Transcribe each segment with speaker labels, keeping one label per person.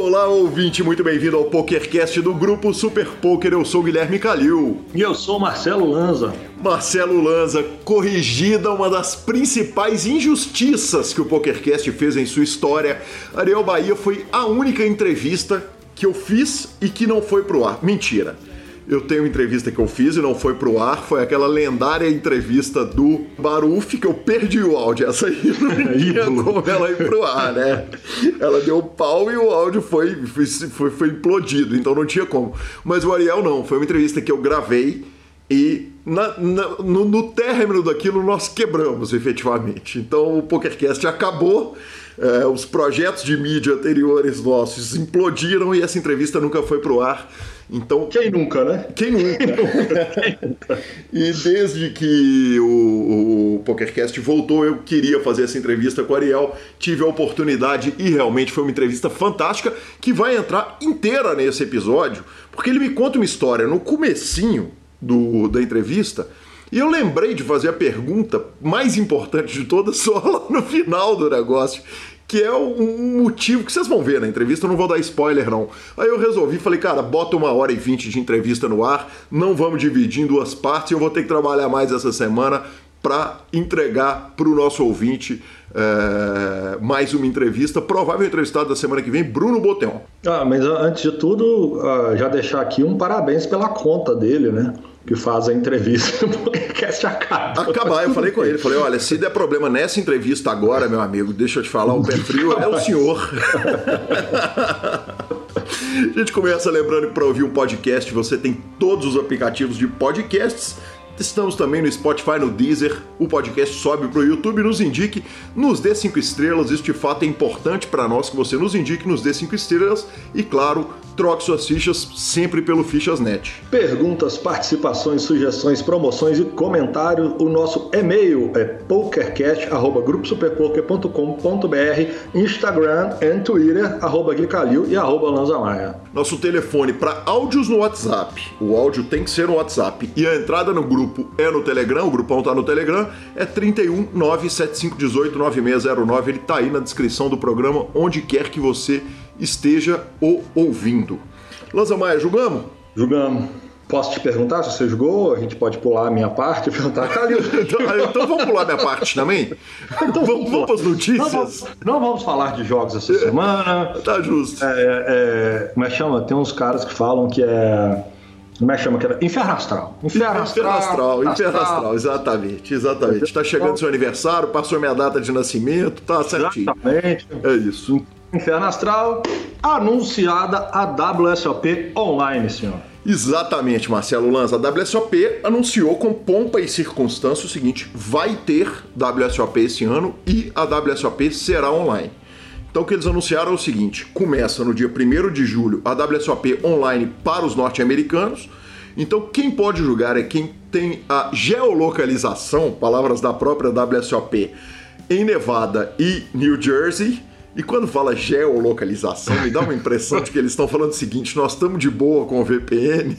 Speaker 1: Olá, ouvinte, muito bem-vindo ao PokerCast do Grupo Super Poker. Eu sou o Guilherme Calil.
Speaker 2: E eu sou o Marcelo Lanza.
Speaker 1: Marcelo Lanza, corrigida uma das principais injustiças que o PokerCast fez em sua história. Ariel Bahia foi a única entrevista que eu fiz e que não foi pro ar. Mentira. Eu tenho uma entrevista que eu fiz e não foi pro ar, foi aquela lendária entrevista do Baruf, que eu perdi o áudio, essa aí não tinha como ela ir pro ar, né? Ela deu pau e o áudio foi implodido, então não tinha como. Mas o Ariel não, foi uma entrevista que eu gravei e no término daquilo nós quebramos efetivamente. Então o PokerCast acabou, os projetos de mídia anteriores nossos implodiram e essa entrevista nunca foi pro ar. Então,
Speaker 2: quem nunca, né?
Speaker 1: Quem nunca? E desde que o PokerCast voltou, eu queria fazer essa entrevista com o Ariel, tive a oportunidade e realmente foi uma entrevista fantástica que vai entrar inteira nesse episódio, porque ele me conta uma história no comecinho da entrevista e eu lembrei de fazer a pergunta mais importante de todas só lá no final do negócio, que é um motivo que vocês vão ver na entrevista, eu não vou dar spoiler não. Aí eu resolvi, falei, cara, bota 1h20 de entrevista no ar, não vamos dividir em duas partes, eu vou ter que trabalhar mais essa semana para entregar para o nosso ouvinte mais uma entrevista, provável entrevistado da semana que vem, Bruno Boteon.
Speaker 2: Mas antes de tudo, já deixar aqui um parabéns pela conta dele, né? Que faz a entrevista, porque o podcast
Speaker 1: acabar. Eu falei com ele, falei, olha, se der problema nessa entrevista agora, meu amigo, deixa eu te falar, o pé frio é o senhor. A gente começa lembrando que para ouvir um podcast você tem todos os aplicativos de podcasts. Estamos também no Spotify, no Deezer, o podcast sobe para o YouTube, nos indique, nos dê 5 estrelas, isso de fato é importante para nós que você nos indique, nos dê 5 estrelas e claro, troque suas fichas sempre pelo Fichas.net.
Speaker 2: Perguntas, participações, sugestões, promoções e comentários, o nosso e-mail é pokercast@gruposuperpoker.com.br, Instagram e Twitter, @guicalil e @lanzamaia.
Speaker 1: Nosso telefone para áudios no WhatsApp, o áudio tem que ser no WhatsApp e a entrada no grupo é no Telegram, o grupão tá no Telegram, é 31 97518 9609, ele tá aí na descrição do programa, onde quer que você esteja ouvindo. Lanza Maia, jogamos?
Speaker 2: Jogamos. Posso te perguntar se você jogou? A gente pode pular a minha parte e perguntar, Calil.
Speaker 1: Então vamos pular a minha parte também? Então vamos para as notícias?
Speaker 2: Não vamos falar de jogos essa semana.
Speaker 1: Tá justo.
Speaker 2: Como é que chama? Tem uns caras que falam que é... Como é que chama? Inferno Astral.
Speaker 1: Inferno Astral, exatamente. Tá chegando seu aniversário, passou minha data de nascimento, tá certinho.
Speaker 2: Exatamente.
Speaker 1: É isso.
Speaker 2: Inferno Astral, anunciada a WSOP online, senhor.
Speaker 1: Exatamente, Marcelo Lanza. A WSOP anunciou com pompa e circunstância o seguinte, vai ter WSOP esse ano e a WSOP será online. Então o que eles anunciaram é o seguinte, começa no dia 1º de julho a WSOP online para os norte-americanos, então quem pode jogar é quem tem a geolocalização, palavras da própria WSOP, em Nevada e New Jersey, e quando fala geolocalização me dá uma impressão de que eles estão falando o seguinte, nós estamos de boa com o VPN...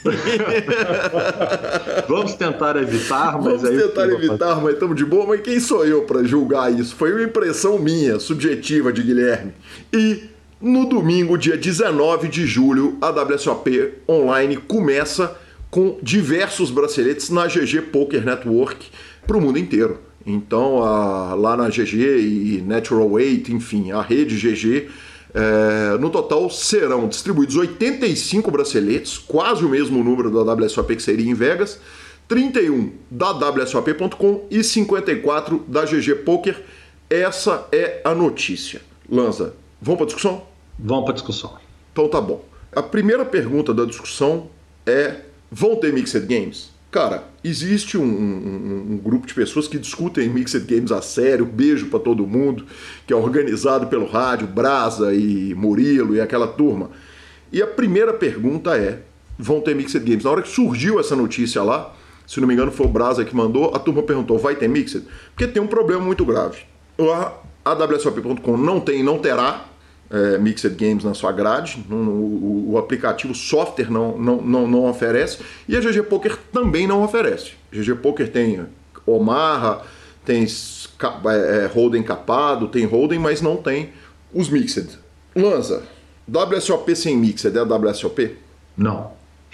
Speaker 2: Vamos tentar evitar, mas
Speaker 1: mas estamos de boa. Mas quem sou eu para julgar isso? Foi uma impressão minha, subjetiva de Guilherme. E no domingo, dia 19 de julho, a WSOP online começa com diversos braceletes na GG Poker Network para o mundo inteiro. Então, lá na GG e Natural Weight, enfim, a rede GG... no total serão distribuídos 85 braceletes, quase o mesmo número da WSOP que seria em Vegas, 31 da WSOP.com e 54 da GG Poker. Essa é a notícia. Lanza, vamos para a discussão?
Speaker 2: Vamos para a discussão.
Speaker 1: Então tá bom. A primeira pergunta da discussão é, vão ter Mixed Games? Cara, existe um grupo de pessoas que discutem Mixed Games a sério, beijo pra todo mundo, que é organizado pelo rádio, Brasa e Murilo e aquela turma. E a primeira pergunta é, vão ter Mixed Games? Na hora que surgiu essa notícia lá, se não me engano foi o Brasa que mandou, a turma perguntou, vai ter Mixed? Porque tem um problema muito grave. A WSOP.com não tem e não terá Mixed Games na sua grade, o aplicativo software não oferece, e a GG Poker também não oferece. A GG Poker tem Omaha, tem Hold'em capado, tem Hold'em, mas não tem os Mixed. Lanza, WSOP sem Mixed é WSOP?
Speaker 2: Não.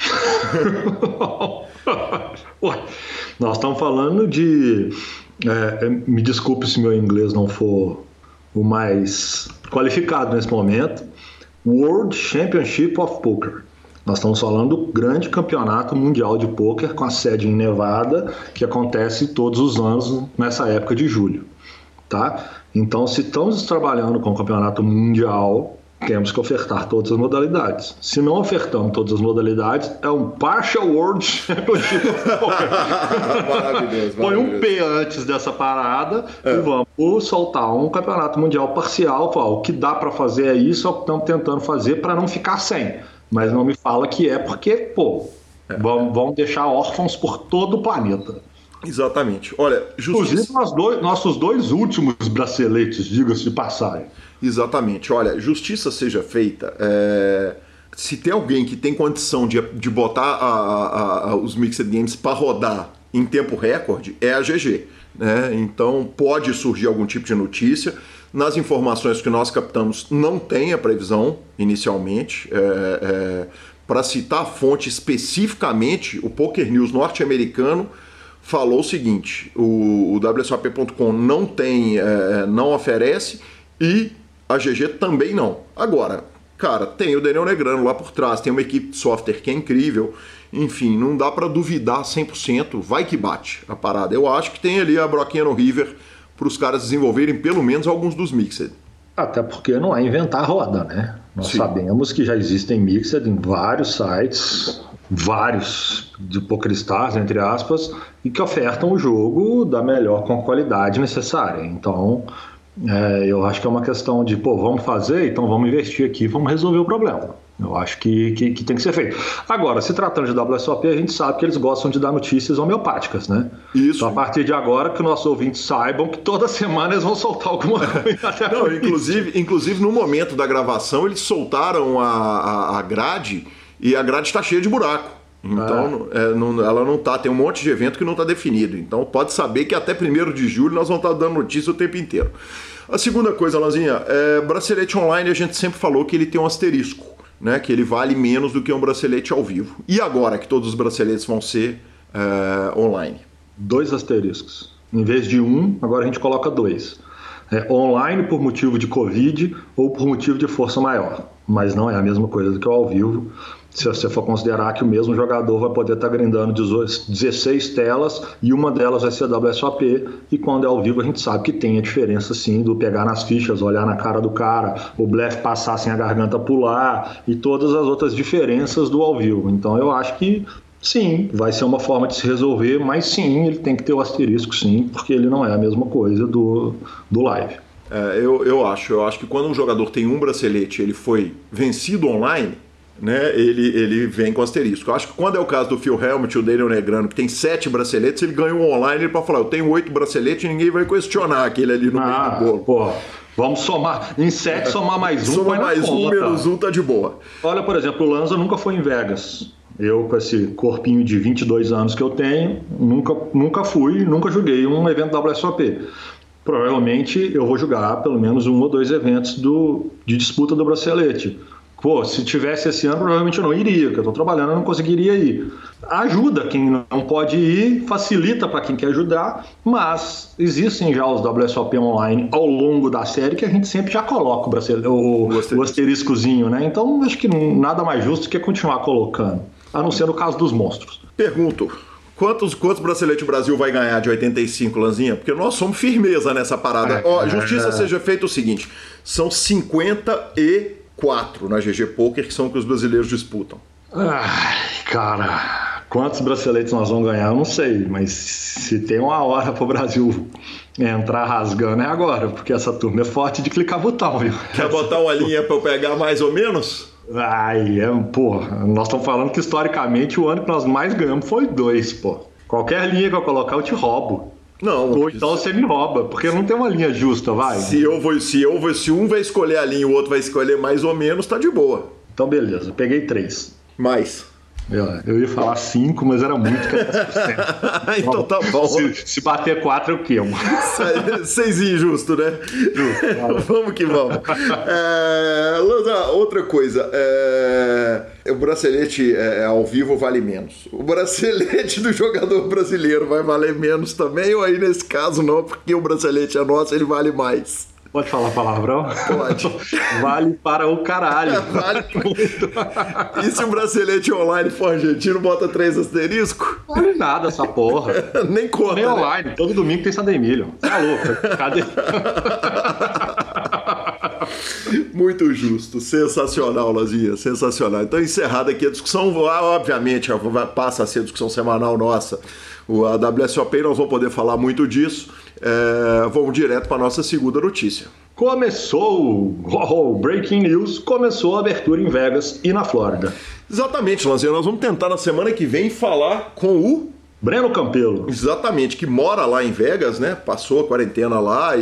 Speaker 2: Ué, nós estamos falando de... me desculpe se meu inglês não for o mais qualificado nesse momento. World Championship of Poker. Nós estamos falando do grande campeonato mundial de pôquer com a sede em Nevada, que acontece todos os anos nessa época de julho. Tá? Então, se estamos trabalhando com o campeonato mundial, temos que ofertar todas as modalidades. Se não ofertamos todas as modalidades, é um Partial World Championship of Poker.
Speaker 1: Maravilhoso.
Speaker 2: Põe um P antes dessa parada e vamos soltar um campeonato mundial parcial. O que dá para fazer é isso, é o que estamos tentando fazer para não ficar sem. Mas não me fala que é porque, vão deixar órfãos por todo o planeta.
Speaker 1: Exatamente. Olha,
Speaker 2: inclusive nossos dois últimos braceletes, diga-se de passagem.
Speaker 1: Exatamente. Olha, justiça seja feita. Se tem alguém que tem condição de botar os Mixed Games para rodar em tempo recorde, é a GG. Né? Então pode surgir algum tipo de notícia. Nas informações que nós captamos, não tem a previsão inicialmente. Para citar a fonte especificamente, o Poker News norte-americano falou o seguinte: o WSOP.com não oferece e a GG também não. Agora, cara, tem o Daniel Negrano lá por trás, tem uma equipe de software que é incrível. Enfim, não dá para duvidar 100%, vai que bate a parada. Eu acho que tem ali a broquinha no River para os caras desenvolverem pelo menos alguns dos Mixed.
Speaker 2: Até porque não é inventar roda, né? Nós sabemos que já existem Mixed em vários sites, vários de PokerStars, entre aspas, e que ofertam o jogo da melhor com a qualidade necessária. Então, eu acho que é uma questão de, vamos fazer, então vamos investir aqui, vamos resolver o problema. Eu acho que tem que ser feito. Agora, se tratando de WSOP, a gente sabe que eles gostam de dar notícias homeopáticas, né?
Speaker 1: Isso.
Speaker 2: Então, a partir de agora, que nossos ouvintes saibam que toda semana eles vão soltar alguma coisa.
Speaker 1: Não, inclusive, no momento da gravação, eles soltaram a grade e a grade está cheia de buraco. Então, ela não tá, tem um monte de evento que não está definido. Então, pode saber que até 1º de julho nós vamos estar dando notícia o tempo inteiro. A segunda coisa, Lanzinha, bracelete online a gente sempre falou que ele tem um asterisco. Né, que ele vale menos do que um bracelete ao vivo. E agora que todos os braceletes vão ser online?
Speaker 2: 2 asteriscos. Em vez de 1, agora a gente coloca 2. Online por motivo de Covid ou por motivo de força maior. Mas não é a mesma coisa do que o ao vivo. Se você for considerar que o mesmo jogador vai poder estar grindando 16 telas e uma delas vai ser a WSOP, e quando é ao vivo a gente sabe que tem a diferença sim do pegar nas fichas, olhar na cara do cara, o blefe passar sem a garganta pular e todas as outras diferenças do ao vivo. Então eu acho que sim, vai ser uma forma de se resolver, mas sim, ele tem que ter o asterisco sim, porque ele não é a mesma coisa do live.
Speaker 1: Eu acho que quando um jogador tem um bracelete, ele foi vencido online, né, ele vem com asterisco. Eu acho que quando é o caso do Phil Hellmuth e o Daniel Negrano, que tem 7 braceletes, ele ganha um online para falar, eu tenho 8 braceletes e ninguém vai questionar aquele ali no meio do bolo.
Speaker 2: Pô, vamos somar, em 7 somar mais um.
Speaker 1: Somar mais um, menos um tá de boa.
Speaker 2: Olha, por exemplo, o Lanza nunca foi em Vegas. Eu, com esse corpinho de 22 anos que eu tenho, nunca fui, nunca joguei um evento WSOP. Provavelmente eu vou jogar pelo menos 1 ou 2 eventos de disputa do bracelete. Se tivesse esse ano, provavelmente eu não iria, porque eu estou trabalhando, eu não conseguiria ir. Ajuda quem não pode ir, facilita para quem quer ajudar, mas existem já os WSOP online ao longo da série que a gente sempre já coloca o asteriscozinho, né? Então acho que nada mais justo que continuar colocando, a não ser no caso dos monstros.
Speaker 1: Pergunto, quantos braceletes o Brasil vai ganhar de 85, Lanzinha? Porque nós somos firmeza nessa parada. Justiça seja feita o seguinte, são 54 na GG Poker, que são os que os brasileiros disputam.
Speaker 2: Ai, cara, quantos braceletes nós vamos ganhar, eu não sei, mas se tem uma hora pro Brasil entrar rasgando é agora, porque essa turma é forte de clicar botão, viu?
Speaker 1: Quer botar uma linha pra eu pegar mais ou menos?
Speaker 2: Nós estamos falando que historicamente o ano que nós mais ganhamos foi 2, Qualquer linha que eu colocar eu te roubo.
Speaker 1: Não.
Speaker 2: Ou então você me rouba, porque não tem uma linha justa, vai.
Speaker 1: Se um vai escolher a linha e o outro vai escolher mais ou menos, tá de boa.
Speaker 2: Então beleza, peguei 3.
Speaker 1: Mais.
Speaker 2: Eu ia falar 5, mas era muito que era 10%.
Speaker 1: Então tá bom.
Speaker 2: Se bater 4, eu queimo.
Speaker 1: 6 injusto, né? Vamos que vamos. Lanza, outra coisa. O bracelete ao vivo vale menos. O bracelete do jogador brasileiro vai valer menos também, ou aí nesse caso não, porque o bracelete é nosso, ele vale mais.
Speaker 2: Pode falar palavrão?
Speaker 1: Pode.
Speaker 2: Vale para o caralho.
Speaker 1: Vale muito. E se o bracelete online for argentino, bota 3 asterisco?
Speaker 2: Não vale nada essa porra.
Speaker 1: Nem conta,
Speaker 2: nem online. Né? Todo domingo tem San Emílio. Tá louco. Cadê?
Speaker 1: Muito justo. Sensacional, Lazinha. Sensacional. Então, encerrada aqui a discussão, obviamente, passa a ser a discussão semanal nossa. A WSOP, nós vamos poder falar muito disso. Vamos direto para a nossa segunda notícia.
Speaker 2: Começou o Breaking News, começou a abertura em Vegas e na Flórida.
Speaker 1: Exatamente, Lanzinha. Nós vamos tentar na semana que vem falar com o
Speaker 2: Breno Campelo.
Speaker 1: Exatamente, que mora lá em Vegas, né? Passou a quarentena lá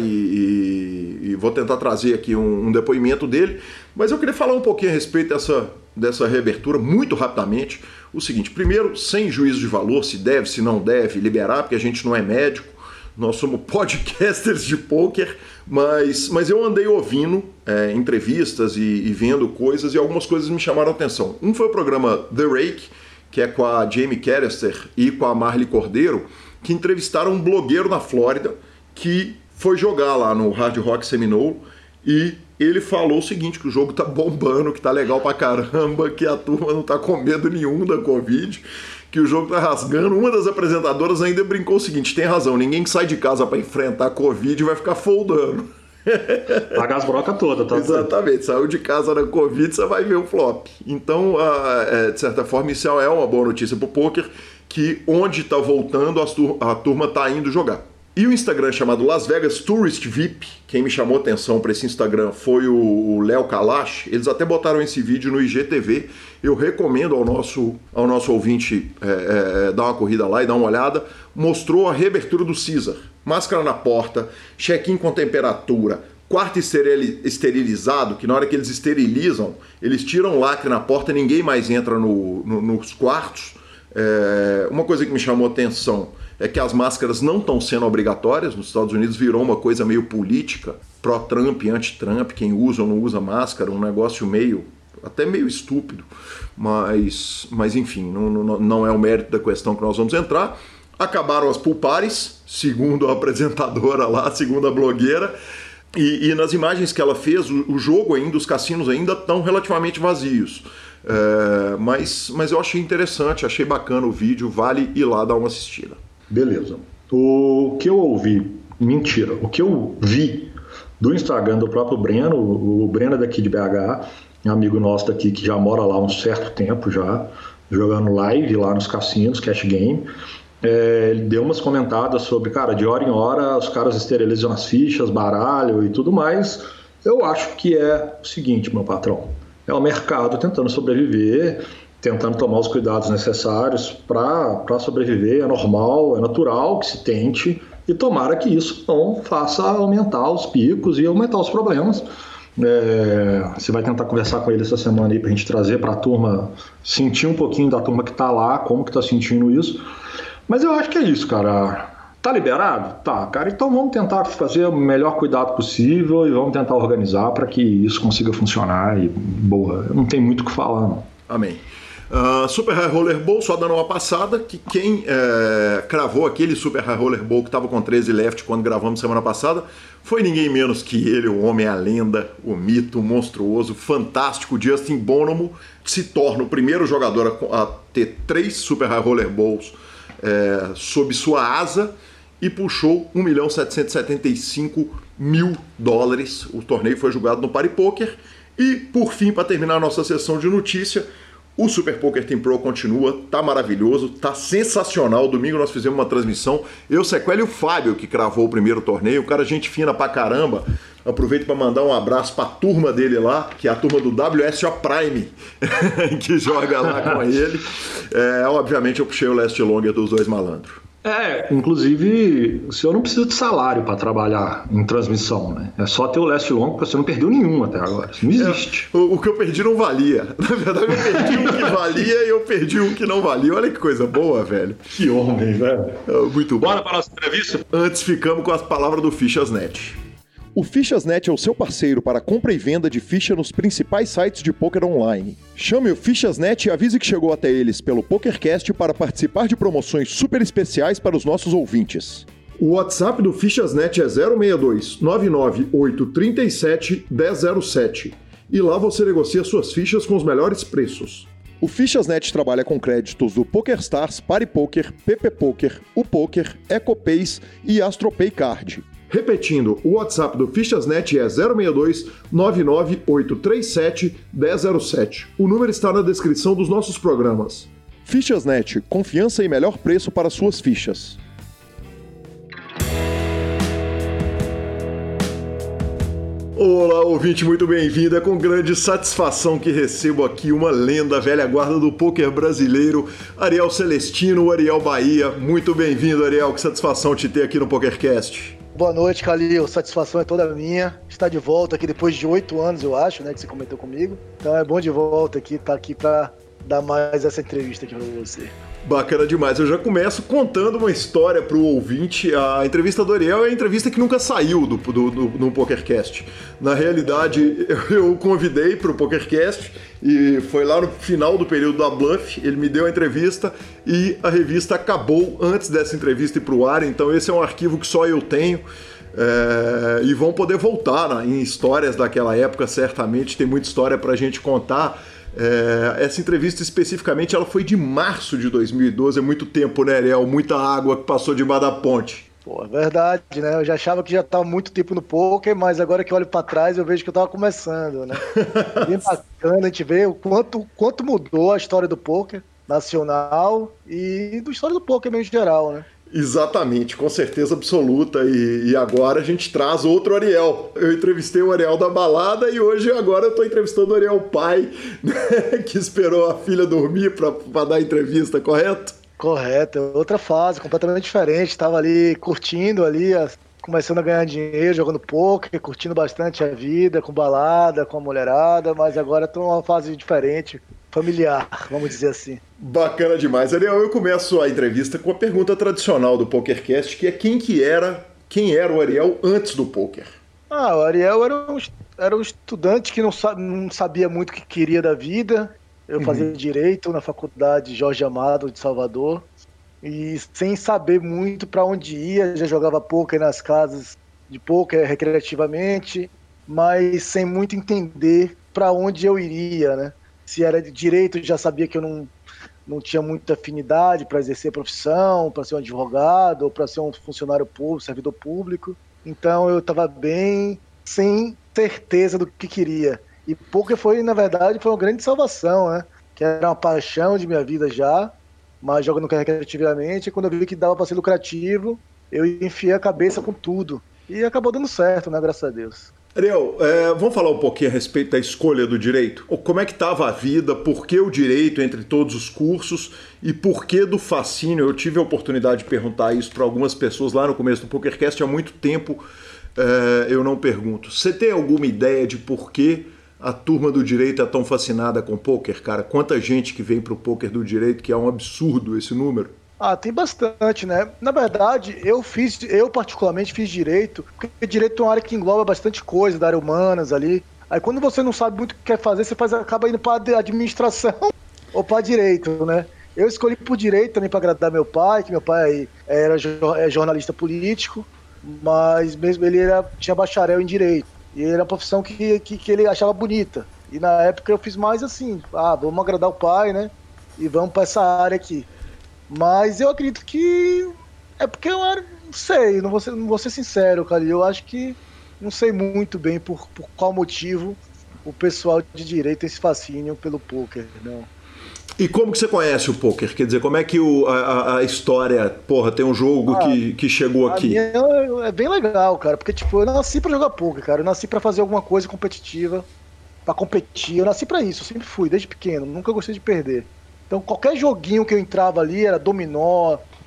Speaker 1: e vou tentar trazer aqui um depoimento dele. Mas eu queria falar um pouquinho a respeito dessa reabertura, muito rapidamente. O seguinte, primeiro, sem juízo de valor, se deve, se não deve liberar, porque a gente não é médico, nós somos podcasters de pôquer, mas eu andei ouvindo entrevistas e vendo coisas, e algumas coisas me chamaram a atenção. Um foi o programa The Rake, que é com a Jamie Carrasser e com a Marli Cordeiro, que entrevistaram um blogueiro na Flórida que foi jogar lá no Hard Rock Seminole, e ele falou o seguinte, que o jogo tá bombando, que tá legal pra caramba, que a turma não tá com medo nenhum da Covid, que o jogo tá rasgando. Uma das apresentadoras ainda brincou o seguinte, tem razão, ninguém que sai de casa pra enfrentar a Covid vai ficar foldando.
Speaker 2: Paga as brocas todas, tá?
Speaker 1: Exatamente, saiu de casa na Covid, você vai ver o flop. Então, de certa forma, isso é uma boa notícia pro pôquer, que onde tá voltando, a turma tá indo jogar. E o Instagram chamado Las Vegas Tourist VIP, quem me chamou atenção para esse Instagram foi o Léo Kalash. Eles até botaram esse vídeo no IGTV. Eu recomendo ao nosso ouvinte dar uma corrida lá e dar uma olhada. Mostrou a reabertura do Caesar. Máscara na porta, check-in com temperatura, quarto esterilizado, que na hora que eles esterilizam, eles tiram o lacre na porta e ninguém mais entra nos quartos. Uma coisa que me chamou atenção é que as máscaras não estão sendo obrigatórias. Nos Estados Unidos virou uma coisa meio política, pró-Trump, anti-Trump, quem usa ou não usa máscara, um negócio até meio estúpido, mas enfim, não é o mérito da questão que nós vamos entrar. Acabaram as pool parties, segundo a apresentadora lá, segundo a blogueira, e nas imagens que ela fez, o jogo ainda, os cassinos ainda estão relativamente vazios. Mas eu achei interessante, achei bacana o vídeo, vale ir lá dar uma assistida.
Speaker 2: Beleza. O que eu ouvi, mentira, o que eu vi do Instagram do próprio Breno, o Breno é daqui de BH, amigo nosso daqui que já mora lá há um certo tempo já, jogando live lá nos cassinos, cash game, ele deu umas comentadas sobre, cara, de hora em hora os caras esterilizam as fichas, baralho e tudo mais. Eu acho que é o seguinte, meu patrão, é o mercado tentando sobreviver, tentando tomar os cuidados necessários para sobreviver. É normal, é natural que se tente, e tomara que isso não faça aumentar os picos e aumentar os problemas. Você vai tentar conversar com ele essa semana aí para a gente trazer para a turma, sentir um pouquinho da turma que está lá, como que está sentindo isso. Mas eu acho que é isso, cara. Tá liberado? Tá, cara. Então vamos tentar fazer o melhor cuidado possível e vamos tentar organizar para que isso consiga funcionar. E boa, não tem muito o que falar, não.
Speaker 1: Amém. Super High Roller Bowl, só dando uma passada, que quem cravou aquele Super High Roller Bowl que estava com 13 left quando gravamos semana passada foi ninguém menos que ele, o homem, a lenda, o mito, o monstruoso, fantástico Justin Bonomo, que se torna o primeiro jogador a ter 3 Super High Roller Bowls sob sua asa e puxou $1.775.000. O torneio foi jogado no Party Poker. E, por fim, para terminar a nossa sessão de notícia, o Super Poker Team Pro continua, tá maravilhoso, tá sensacional. Domingo nós fizemos uma transmissão, eu, Sequel e o Fábio, que cravou o primeiro torneio. O cara, gente fina pra caramba. Aproveito para mandar um abraço pra turma dele lá, que é a turma do WSO Prime, que joga lá com ele. Obviamente eu puxei o Last Longer dos dois malandros.
Speaker 2: Inclusive, o senhor não precisa de salário para trabalhar em transmissão, né? É só ter o last long, porque você não perdeu nenhum até agora. Isso não existe.
Speaker 1: O que eu perdi não valia. Na verdade, eu perdi um que valia e eu perdi um que não valia. Olha que coisa boa, velho.
Speaker 2: Que homem, velho.
Speaker 1: Muito bom.
Speaker 2: Bora para a nossa entrevista?
Speaker 1: Antes, ficamos com as palavras do Fichasnet.
Speaker 3: O Fichasnet é o seu parceiro para compra e venda de ficha nos principais sites de pôquer online. Chame o Fichasnet e avise que chegou até eles pelo PokerCast para participar de promoções super especiais para os nossos ouvintes.
Speaker 1: O WhatsApp do Fichasnet é 062 99837 1007 e lá você negocia suas fichas com os melhores preços.
Speaker 3: O Fichasnet trabalha com créditos do PokerStars, PariPoker, PPPoker, UPoker, EcoPays e AstroPay Card.
Speaker 1: Repetindo, o WhatsApp do Fichasnet é 062 99837 1007. O número está na descrição dos nossos programas.
Speaker 3: Fichasnet, confiança e melhor preço para suas fichas.
Speaker 1: Olá, ouvinte, muito bem-vindo. É com grande satisfação que recebo aqui uma lenda, velha guarda do pôquer brasileiro, Ariel Celestino, o Ariel Bahia. Muito bem-vindo, Ariel. Que satisfação te ter aqui no PokerCast.
Speaker 4: Boa noite, Calil. Satisfação é toda minha. Estar de volta aqui depois de 8 anos, eu acho, né, que você comentou comigo. Então é bom de volta aqui, estar aqui para dar mais essa entrevista aqui para você.
Speaker 1: Bacana demais. Eu já começo contando uma história para o ouvinte. A entrevista do Ariel é a entrevista que nunca saiu no PokerCast. Na realidade, eu o convidei para o PokerCast e foi lá no final do período da Bluff. Ele me deu a entrevista e a revista acabou antes dessa entrevista ir para o ar. Então esse é um arquivo que só eu tenho. E vão poder voltar, né, em histórias daquela época, certamente. Tem muita história para a gente contar. Essa entrevista especificamente ela foi de março de 2012, é muito tempo, né, Ariel? Muita água que passou debaixo da ponte.
Speaker 4: Pô, é verdade, né? Eu já achava que já estava muito tempo no poker, mas agora que eu olho para trás eu vejo que eu estava começando, né? Bem bacana a gente ver o quanto mudou a história do poker nacional e da história do poker mesmo em geral, né?
Speaker 1: Exatamente, com certeza absoluta. E agora a gente traz outro Ariel. Eu entrevistei o Ariel da balada e agora eu estou entrevistando o Ariel pai, né, que esperou a filha dormir para dar entrevista, correto?
Speaker 4: Correto, outra fase, completamente diferente. Estava ali curtindo ali, começando a ganhar dinheiro, jogando poker, curtindo bastante a vida, com balada, com a mulherada, mas agora estou numa fase diferente, familiar, vamos dizer assim.
Speaker 1: Bacana demais. Ariel, eu começo a entrevista com a pergunta tradicional do PokerCast, que é quem era o Ariel antes do poker?
Speaker 4: O Ariel era um estudante que não sabia muito o que queria da vida. Eu fazia Direito na faculdade Jorge Amado de Salvador e sem saber muito para onde ia, já jogava poker nas casas de poker recreativamente, mas sem muito entender para onde eu iria, né? Se era de Direito, já sabia que eu não tinha muita afinidade para exercer a profissão, para ser um advogado ou para ser um funcionário público, servidor público. Então eu estava bem sem certeza do que queria. E poker foi, na verdade, uma grande salvação, né? Que era uma paixão de minha vida já, mas jogando recreativamente. E quando eu vi que dava para ser lucrativo, eu enfiei a cabeça com tudo. E acabou dando certo, né? Graças a Deus.
Speaker 1: Ariel, vamos falar um pouquinho a respeito da escolha do direito? Como é que estava a vida, por que o direito entre todos os cursos e por que do fascínio? Eu tive a oportunidade de perguntar isso para algumas pessoas lá no começo do PokerCast, há muito tempo eu não pergunto. Você tem alguma ideia de por que a turma do direito é tão fascinada com poker, cara? Quanta gente que vem pro poker do direito, que é um absurdo esse número.
Speaker 4: Tem bastante, né? Na verdade, eu particularmente fiz direito, porque direito é uma área que engloba bastante coisa, da área humanas ali. Aí quando você não sabe muito o que quer fazer, você acaba indo para administração ou para direito, né? Eu escolhi por direito também para agradar meu pai, que meu pai era jornalista político, mas mesmo ele tinha bacharel em direito. E era uma profissão que ele achava bonita. E na época eu fiz mais assim, vamos agradar o pai, né? E vamos para essa área aqui. Mas eu acredito que é porque eu não sei, não vou ser sincero, cara. Eu acho que não sei muito bem por qual motivo o pessoal de direito tem esse fascínio pelo poker, não.
Speaker 1: E como que você conhece o poker? Quer dizer, como é que a história, tem um jogo que chegou aqui?
Speaker 4: É bem legal, cara, porque eu nasci pra jogar poker, cara. Eu nasci pra fazer alguma coisa competitiva, pra competir. Eu nasci pra isso, eu sempre fui, desde pequeno, nunca gostei de perder. Então qualquer joguinho que eu entrava ali era dominó,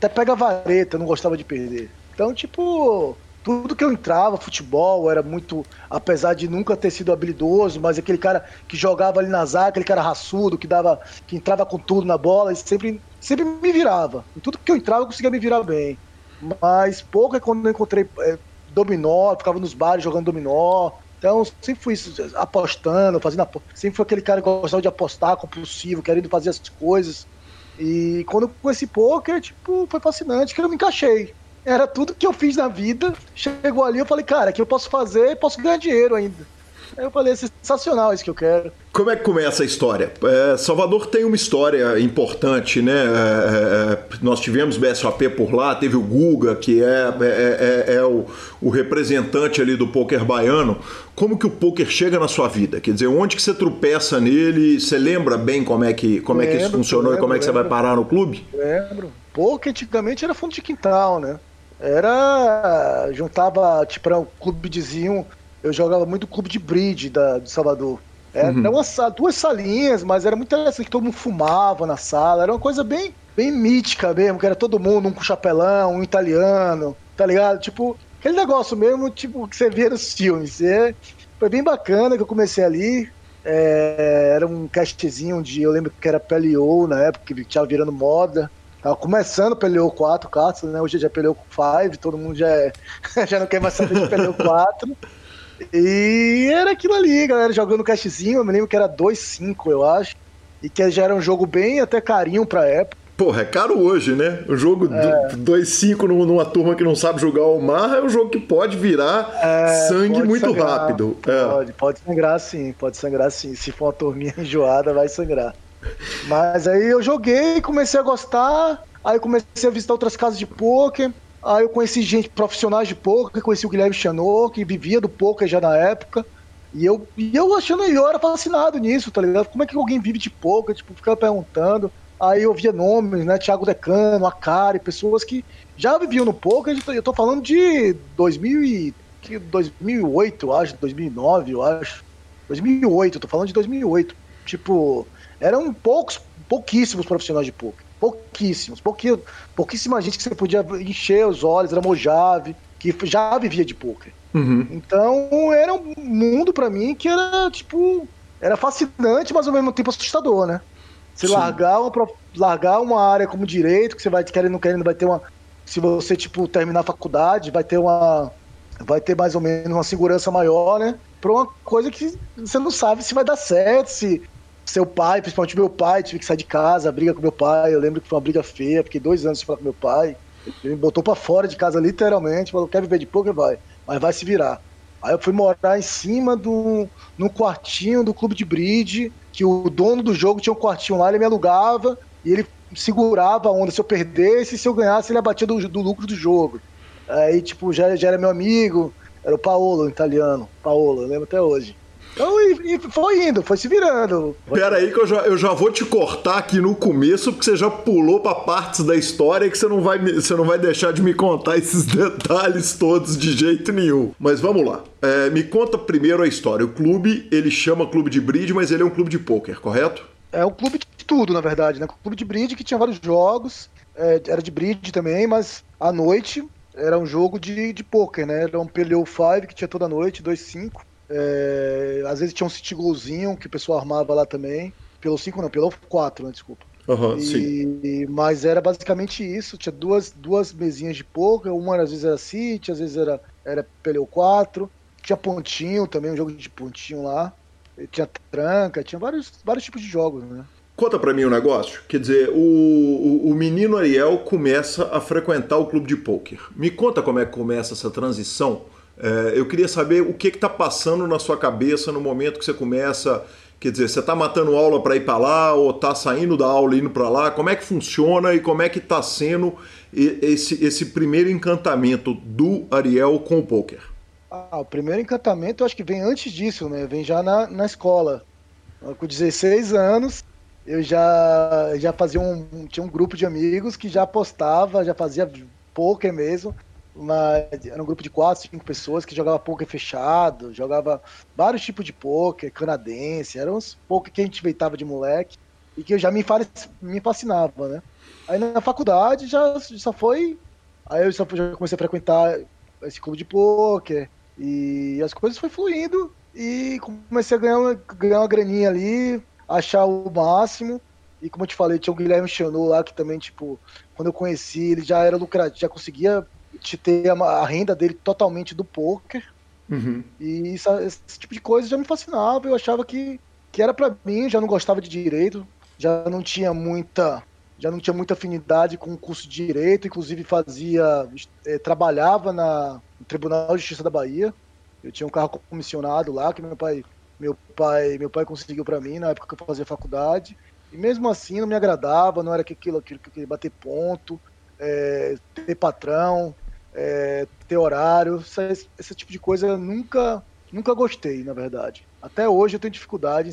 Speaker 4: até pega vareta, eu não gostava de perder. Então, tipo, tudo que eu entrava, futebol, era muito, apesar de nunca ter sido habilidoso, mas aquele cara que jogava ali na zaga, aquele cara raçudo, que entrava com tudo na bola, e sempre me virava. Em tudo que eu entrava, eu conseguia me virar bem. Mas pouco é quando eu encontrei dominó, ficava nos bares jogando dominó. Então, sempre fui apostando, sempre fui aquele cara que gostava de apostar, compulsivo, querendo fazer as coisas. E quando eu conheci pôquer, tipo, foi fascinante, que eu me encaixei. Era tudo que eu fiz na vida. Chegou ali, eu falei, cara, aqui eu posso fazer e posso ganhar dinheiro ainda. Aí eu falei, é sensacional isso que eu quero.
Speaker 1: Como é que começa a história? Salvador tem uma história importante, né? Nós tivemos BSOP por lá, teve o Guga, que é o representante ali do pôquer baiano. Como que o pôquer chega na sua vida? Quer dizer, onde que você tropeça nele? Você lembra bem como é que isso funcionou e como é que você vai parar no clube?
Speaker 4: Lembro. Pôquer antigamente era fundo de quintal, né? Juntava, tipo, era um clube de zinho. Eu jogava muito clube de bridge de Salvador. Era duas salinhas, mas era muito interessante, que todo mundo fumava na sala. Era uma coisa bem mítica mesmo, que era todo mundo, um com chapelão, um italiano, tá ligado? Tipo, aquele negócio mesmo, tipo, que você via nos filmes. Foi bem bacana que eu comecei ali. Era um castzinho eu lembro que era PLO na época, que tava virando moda. Tava começando o PLO 4 cartas, né? Hoje já é PLO 5, todo mundo já não quer mais saber de PLO 4. E era aquilo ali, galera jogando cashzinho. Eu me lembro que era 2,5, eu acho. E que já era um jogo bem até carinho pra época.
Speaker 1: Porra, é caro hoje, né? O jogo 2,5 numa turma que não sabe jogar o mar é um jogo que pode virar sangue muito rápido.
Speaker 4: Pode sangrar sim, pode sangrar sim. Se for uma turminha enjoada, vai sangrar. Mas aí eu joguei, comecei a gostar. Aí eu comecei a visitar outras casas de pôquer. Aí eu conheci profissionais de pôquer, conheci o Guilherme Chanot, que vivia do pôquer já na época. E eu achando, eu era fascinado nisso, tá ligado? Como é que alguém vive de pôquer? Tipo, ficava perguntando. Aí eu via nomes, né? Thiago Decano, Akari, pessoas que já viviam no pôquer. Eu tô falando de 2008, eu acho, 2009, eu acho. 2008, eu tô falando de 2008. Tipo, eram pouquíssimos profissionais de pôquer. Pouquíssima gente que você podia encher os olhos, era Mojave, que já vivia de pôquer.
Speaker 1: Uhum.
Speaker 4: Então era um mundo pra mim que era tipo, era fascinante, mas ao mesmo tempo assustador, né? Você largar uma área como direito, que você vai querendo, vai ter uma, se você tipo terminar a faculdade, vai ter mais ou menos uma segurança maior, né? Pra uma coisa que você não sabe se vai dar certo, se seu pai, principalmente meu pai, tive que sair de casa, briga com meu pai. Eu lembro que foi uma briga feia, fiquei 2 anos sem falar com meu pai. Ele me botou pra fora de casa, literalmente. Falou, quer viver de pôquer? Vai, mas vai se virar. Aí eu fui morar em cima num quartinho do clube de bridge, que o dono do jogo tinha um quartinho lá, ele me alugava e ele segurava a onda. Se eu perdesse, se eu ganhasse, ele abatia do lucro do jogo. Aí, tipo, já era meu amigo, era o Paolo, o italiano. Paolo, eu lembro até hoje. Então, e foi indo, foi se virando.
Speaker 1: Pera aí que eu já vou te cortar aqui no começo, porque você já pulou para partes da história que você não vai deixar de me contar esses detalhes todos de jeito nenhum. Mas vamos lá. Me conta primeiro a história. O clube, ele chama clube de bridge, mas ele é um clube de pôquer, correto?
Speaker 4: É um clube de tudo, na verdade, né? Clube de bridge que tinha vários jogos, era de bridge também, mas à noite era um jogo de pôquer, né? Era um PLO 5 que tinha toda noite, 2,5. Às vezes tinha um City Golzinho que o pessoal armava lá também. Pelo 5 não, pelo 4, né? Desculpa.
Speaker 1: Sim.
Speaker 4: Mas era basicamente isso. Tinha duas mesinhas de pôquer. Uma às vezes era City, às vezes era PLO 4. Tinha pontinho também, um jogo de pontinho lá. Tinha tranca, tinha vários tipos de jogos, né?
Speaker 1: Conta pra mim um negócio. Quer dizer, o menino Ariel começa a frequentar o clube de pôquer. Me conta como é que começa essa transição. Eu queria saber o que está passando na sua cabeça no momento que você começa. Quer dizer, você está matando aula para ir para lá ou está saindo da aula e indo para lá? Como é que funciona e como é que está sendo esse primeiro encantamento do Ariel com o pôquer?
Speaker 4: O primeiro encantamento eu acho que vem antes disso, né? Vem já na escola. Com 16 anos, eu já fazia tinha um grupo de amigos que já apostava, já fazia pôquer mesmo. Mas era um grupo de 4, 5 pessoas que jogava pôquer fechado, jogava vários tipos de pôquer, canadense, eram uns pôquer que a gente inventava de moleque e que eu já me fascinava, né? Aí na faculdade já foi. Aí eu já comecei a frequentar esse clube de pôquer. E as coisas foi fluindo. E comecei a ganhar uma graninha ali, achar o máximo. E como eu te falei, tinha o Guilherme Chanot lá, que também, tipo, quando eu conheci, ele já era lucrativo, já conseguia te ter a renda dele totalmente do pôquer.
Speaker 1: Uhum.
Speaker 4: E esse tipo de coisa já me fascinava. Eu achava que era pra mim, já não gostava de direito, já não tinha muita afinidade com o curso de direito, inclusive trabalhava no Tribunal de Justiça da Bahia. Eu tinha um carro comissionado lá que meu pai conseguiu para mim na época que eu fazia faculdade. E mesmo assim não me agradava, não era aquilo que eu queria bater ponto, ter patrão, ter horário, esse tipo de coisa eu nunca gostei, na verdade. Até hoje eu tenho dificuldade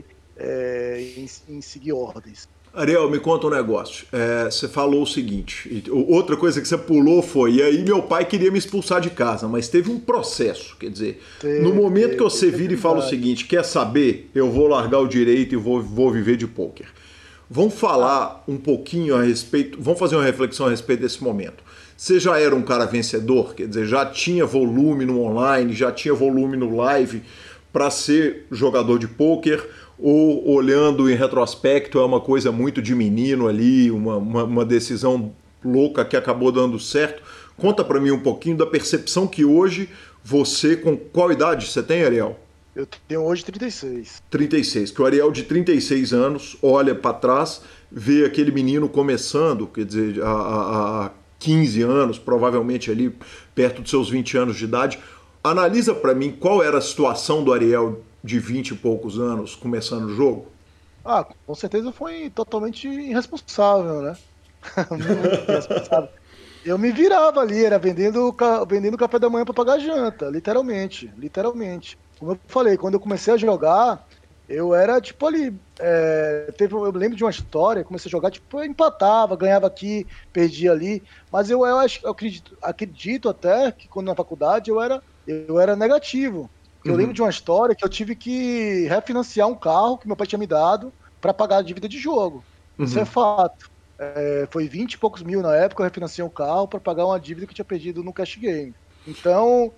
Speaker 4: em seguir ordens.
Speaker 1: Ariel, me conta um negócio. Você falou o seguinte, outra coisa que você pulou foi, e aí meu pai queria me expulsar de casa, mas teve um processo, quer dizer, no momento que você vira e fala o seguinte, quer saber, eu vou largar o direito e vou viver de pôquer. Vamos falar um pouquinho a respeito, vamos fazer uma reflexão a respeito desse momento. Você já era um cara vencedor, quer dizer, já tinha volume no online, já tinha volume no live para ser jogador de pôquer, ou olhando em retrospecto é uma coisa muito de menino ali, uma decisão louca que acabou dando certo. Conta para mim um pouquinho da percepção que hoje você, com qual idade você tem, Ariel?
Speaker 4: Eu tenho hoje 36.
Speaker 1: 36, que o Ariel de 36 anos olha para trás, vê aquele menino começando, quer dizer, há 15 anos, provavelmente ali perto dos seus 20 anos de idade. Analisa para mim qual era a situação do Ariel de 20 e poucos anos começando o jogo.
Speaker 4: Com certeza foi totalmente irresponsável, né? Muito irresponsável. Eu me virava ali, era vendendo café da manhã para pagar a janta, literalmente. Como eu falei, quando eu comecei a jogar, eu era tipo ali. Eu lembro de uma história, comecei a jogar, tipo, eu empatava, ganhava aqui, perdia ali. Mas eu acredito até que quando na faculdade eu era negativo. Eu lembro de uma história que eu tive que refinanciar um carro que meu pai tinha me dado para pagar a dívida de jogo. Isso é fato. Foi 20 e poucos mil na época, eu refinanciei um carro para pagar uma dívida que eu tinha perdido no cash game. Então,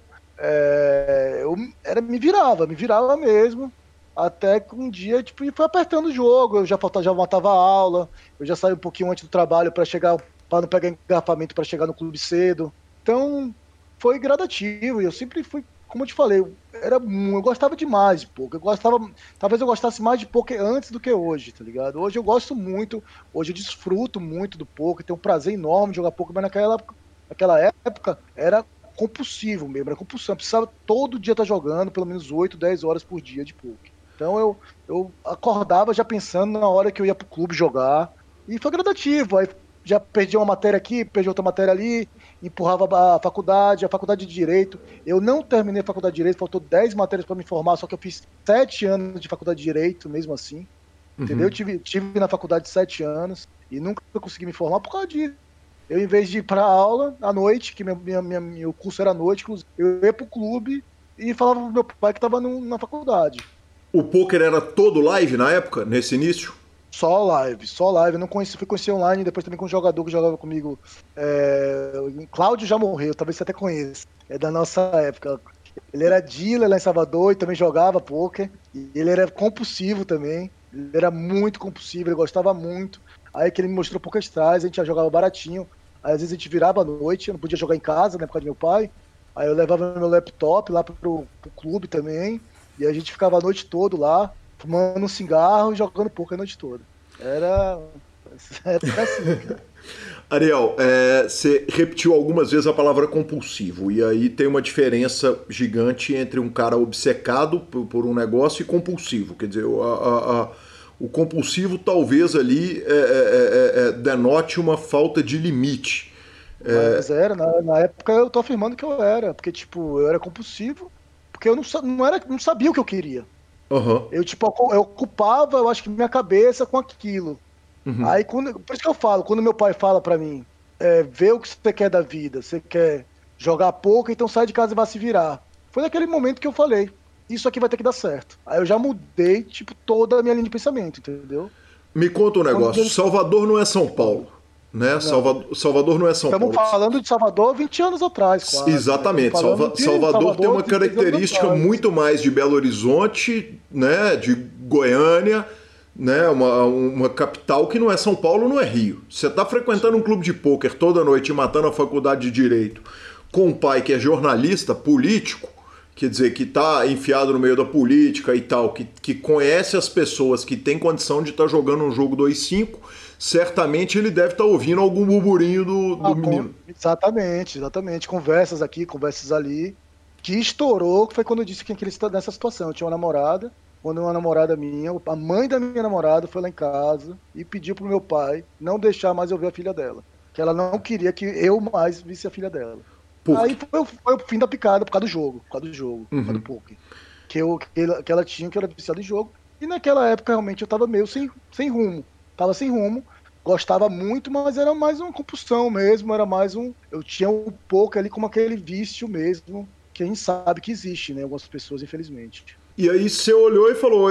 Speaker 4: eu me virava mesmo, até que um dia tipo, foi apertando o jogo, eu já matava a aula, eu já saí um pouquinho antes do trabalho para não pegar engarrafamento para chegar no clube cedo. Então, foi gradativo, e eu sempre fui, como eu te falei, eu gostava demais de poker. Talvez eu gostasse mais de poker antes do que hoje, tá ligado? Hoje eu gosto muito, hoje eu desfruto muito do poker, tenho um prazer enorme de jogar poker, mas naquela época era compulsivo mesmo, era compulsão. Eu precisava todo dia estar jogando pelo menos 8, 10 horas por dia de poker. Então eu acordava já pensando na hora que eu ia pro clube jogar, e foi gradativo. Aí já perdi uma matéria aqui, perdi outra matéria ali, empurrava a faculdade de Direito. Eu não terminei a faculdade de Direito, faltou 10 matérias para me formar, só que eu fiz 7 anos de faculdade de Direito, mesmo assim. Entendeu? Eu tive na faculdade 7 anos e nunca consegui me formar por causa disso. Eu, em vez de ir para aula à noite, que meu curso era à noite, eu ia pro clube e falava pro meu pai que estava na faculdade.
Speaker 1: O poker era todo live na época, nesse início?
Speaker 4: Só live. Eu não fui conhecer online, depois também com um jogador que jogava comigo. Cláudio já morreu, talvez você até conheça. É da nossa época. Ele era dealer lá em Salvador e também jogava poker. E ele era compulsivo também. Ele era muito compulsivo, ele gostava muito. Aí que ele me mostrou Poker Stars, a gente já jogava baratinho. Aí às vezes a gente virava à noite, eu não podia jogar em casa, né, por causa do meu pai. Aí eu levava meu laptop lá pro clube também. E a gente ficava a noite toda lá, fumando um cigarro e jogando poker a noite toda. Era assim.
Speaker 1: Ariel, você repetiu algumas vezes a palavra compulsivo, e aí tem uma diferença gigante entre um cara obcecado por um negócio e compulsivo. Quer dizer, o compulsivo talvez ali denote uma falta de limite.
Speaker 4: Mas na época eu tô afirmando que eu era, porque tipo, eu era compulsivo, porque eu não sabia o que eu queria.
Speaker 1: Uhum.
Speaker 4: Eu ocupava, eu acho que minha cabeça com aquilo. Uhum. Aí, por isso que eu falo, quando meu pai fala pra mim, vê o que você quer da vida, você quer jogar pouco, então sai de casa e vai se virar. Foi naquele momento que eu falei, isso aqui vai ter que dar certo. Aí eu já mudei, tipo, toda a minha linha de pensamento, entendeu?
Speaker 1: Me conta um negócio, Salvador não é São Paulo. né? Salvador não é São Paulo.
Speaker 4: Estamos falando de Salvador 20 anos atrás, quase.
Speaker 1: Exatamente. Salvador tem uma característica muito mais de Belo Horizonte, né? De Goiânia, né? Uma capital que não é São Paulo, não é Rio. Você está frequentando um clube de pôquer toda noite e matando a faculdade de Direito com um pai que é jornalista, político, quer dizer, que está enfiado no meio da política e tal, que conhece as pessoas, que tem condição de estar jogando um jogo 2-5, certamente ele deve estar ouvindo algum burburinho do menino.
Speaker 4: Exatamente. Conversas aqui, conversas ali. Que estourou, que foi quando eu disse que ele está nessa situação. Eu tinha uma namorada, quando uma namorada minha, a mãe da minha namorada foi lá em casa e pediu pro meu pai não deixar mais eu ver a filha dela. Que ela não queria que eu mais visse a filha dela. Aí foi o fim da picada por causa do jogo, por causa do poker. Que ela tinha, que era viciada em jogo. E naquela época, realmente, eu tava meio sem rumo. Tava sem rumo. Gostava muito, mas era mais uma compulsão mesmo. Era mais eu tinha um poker ali como aquele vício mesmo, que a gente sabe que existe, né? Algumas pessoas, infelizmente.
Speaker 1: E aí você olhou e falou...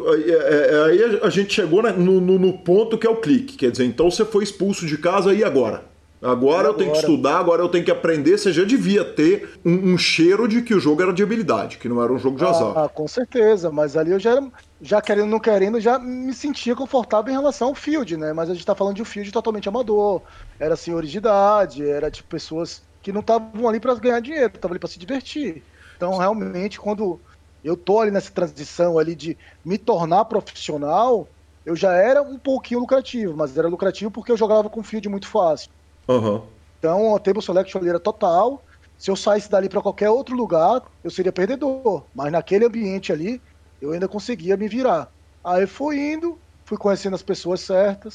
Speaker 1: Aí a gente chegou no ponto que é o clique. Quer dizer, então você foi expulso de casa, e agora? Agora eu tenho que estudar, agora eu tenho que aprender. Você já devia ter um cheiro de que o jogo era de habilidade, que não era um jogo de azar.
Speaker 4: Com certeza, mas ali eu já querendo ou não querendo, já me sentia confortável em relação ao field, né? Mas a gente tá falando de um field totalmente amador, era senhores de idade, era tipo pessoas que não estavam ali para ganhar dinheiro, estavam ali para se divertir. Então, realmente, quando eu tô ali nessa transição ali de me tornar profissional, eu já era um pouquinho lucrativo, mas era lucrativo porque eu jogava com field muito fácil. Então, o table selection era total. Se eu saísse dali para qualquer outro lugar, eu seria perdedor. Mas naquele ambiente ali, eu ainda conseguia me virar. Aí fui conhecendo as pessoas certas.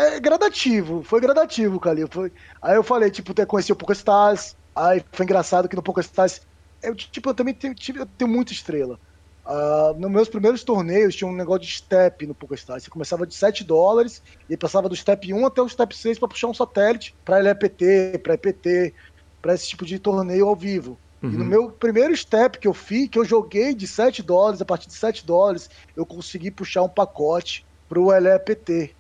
Speaker 4: Foi gradativo, Calil. Aí eu falei, eu conheci o PokerStars. Aí foi engraçado que no PokerStars, eu também tenho muita estrela. Nos meus primeiros torneios tinha um negócio de step no PokerStars. Você começava de $7 e passava do step 1 até o step 6 para puxar um satélite para LEPT, para EPT, para esse tipo de torneio ao vivo. E no meu primeiro step que eu fiz, que eu joguei de $7, a partir de $7, eu consegui puxar um pacote pro LEPT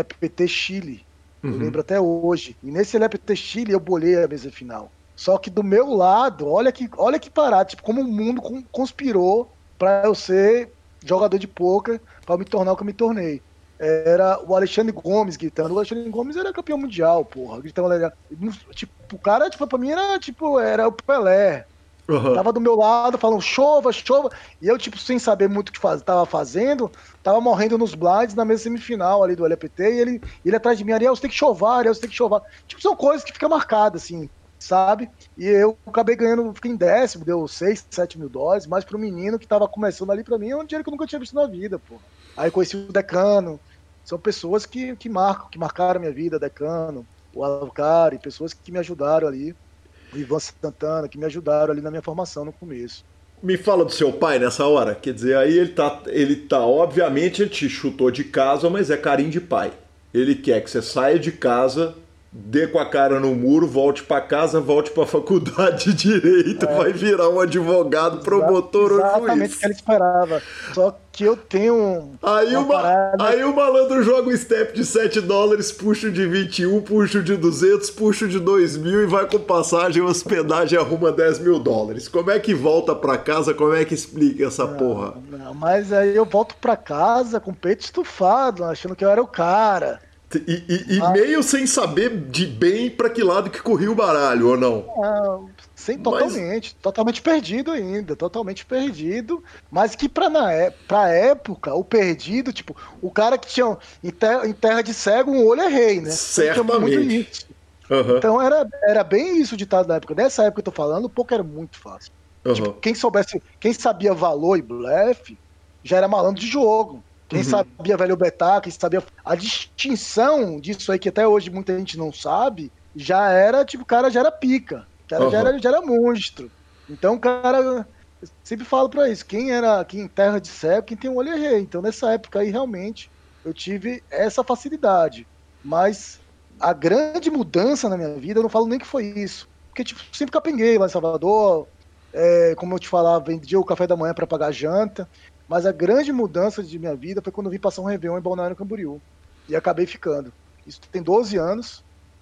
Speaker 4: Chile. Eu lembro até hoje. E nesse LEPT Chile eu bolei a mesa final. Só que do meu lado, olha que parada, como o mundo conspirou para eu ser jogador de pôquer, para me tornar o que eu me tornei. Era o Alexandre Gomes gritando. O Alexandre Gomes era campeão mundial, porra. Gritando, o cara, pra mim era o Pelé. Tava do meu lado, falando chova. E eu, sem saber muito o que tava fazendo, tava morrendo nos blinds na mesa semifinal ali do LPT. E ele atrás de mim, Ariel, você tem que chovar. São coisas que ficam marcadas, assim, sabe? E eu acabei ganhando, fiquei em 10º, deu 6, 7 mil dólares, mas pro menino que tava começando ali, pra mim, é um dinheiro que eu nunca tinha visto na vida, pô. Aí conheci o Decano, são pessoas que marcaram minha vida, Decano, o Alcari, pessoas que me ajudaram ali, o Ivan Santana, que me ajudaram ali na minha formação no começo.
Speaker 1: Me fala do seu pai nessa hora, quer dizer, aí ele tá, obviamente ele te chutou de casa, mas é carinho de pai. Ele quer que você saia de casa, dê com a cara no muro, volte para casa, volte para a faculdade de Direito, vai virar um advogado, promotor ou juiz.
Speaker 4: Exatamente o que ele esperava. Só que eu tenho
Speaker 1: aí o malandro joga um step de $7, puxa de 21, puxa de 200, puxa de 2.000 e vai com passagem, hospedagem, arruma $10 mil. Como é que volta para casa? Como é que explica essa porra?
Speaker 4: Não, mas aí eu volto para casa com o peito estufado, achando que eu era o cara.
Speaker 1: E meio sem saber de bem pra que lado que corria o baralho, ou não?
Speaker 4: Totalmente perdido ainda, totalmente perdido, mas que pra época, o perdido, o cara que tinha em terra de cego, um olho é rei, né?
Speaker 1: Certamente.
Speaker 4: Então era bem isso o ditado da época. Nessa época que eu tô falando, o poker era muito fácil. Quem sabia valor e blefe, já era malandro de jogo. Quem sabia velho betar, quem sabia a distinção disso aí, que até hoje muita gente não sabe, já era, o cara já era pica, já era monstro. Então o cara, eu sempre falo pra isso, quem em terra de cego, quem tem um olho é rei. Então nessa época aí, realmente, eu tive essa facilidade. Mas a grande mudança na minha vida, eu não falo nem que foi isso. Porque, sempre capenguei lá em Salvador, como eu te falava, vendia o café da manhã pra pagar a janta. Mas a grande mudança de minha vida foi quando eu vim passar um Réveillon em Balneário Camboriú. E acabei ficando. Isso tem 12 anos.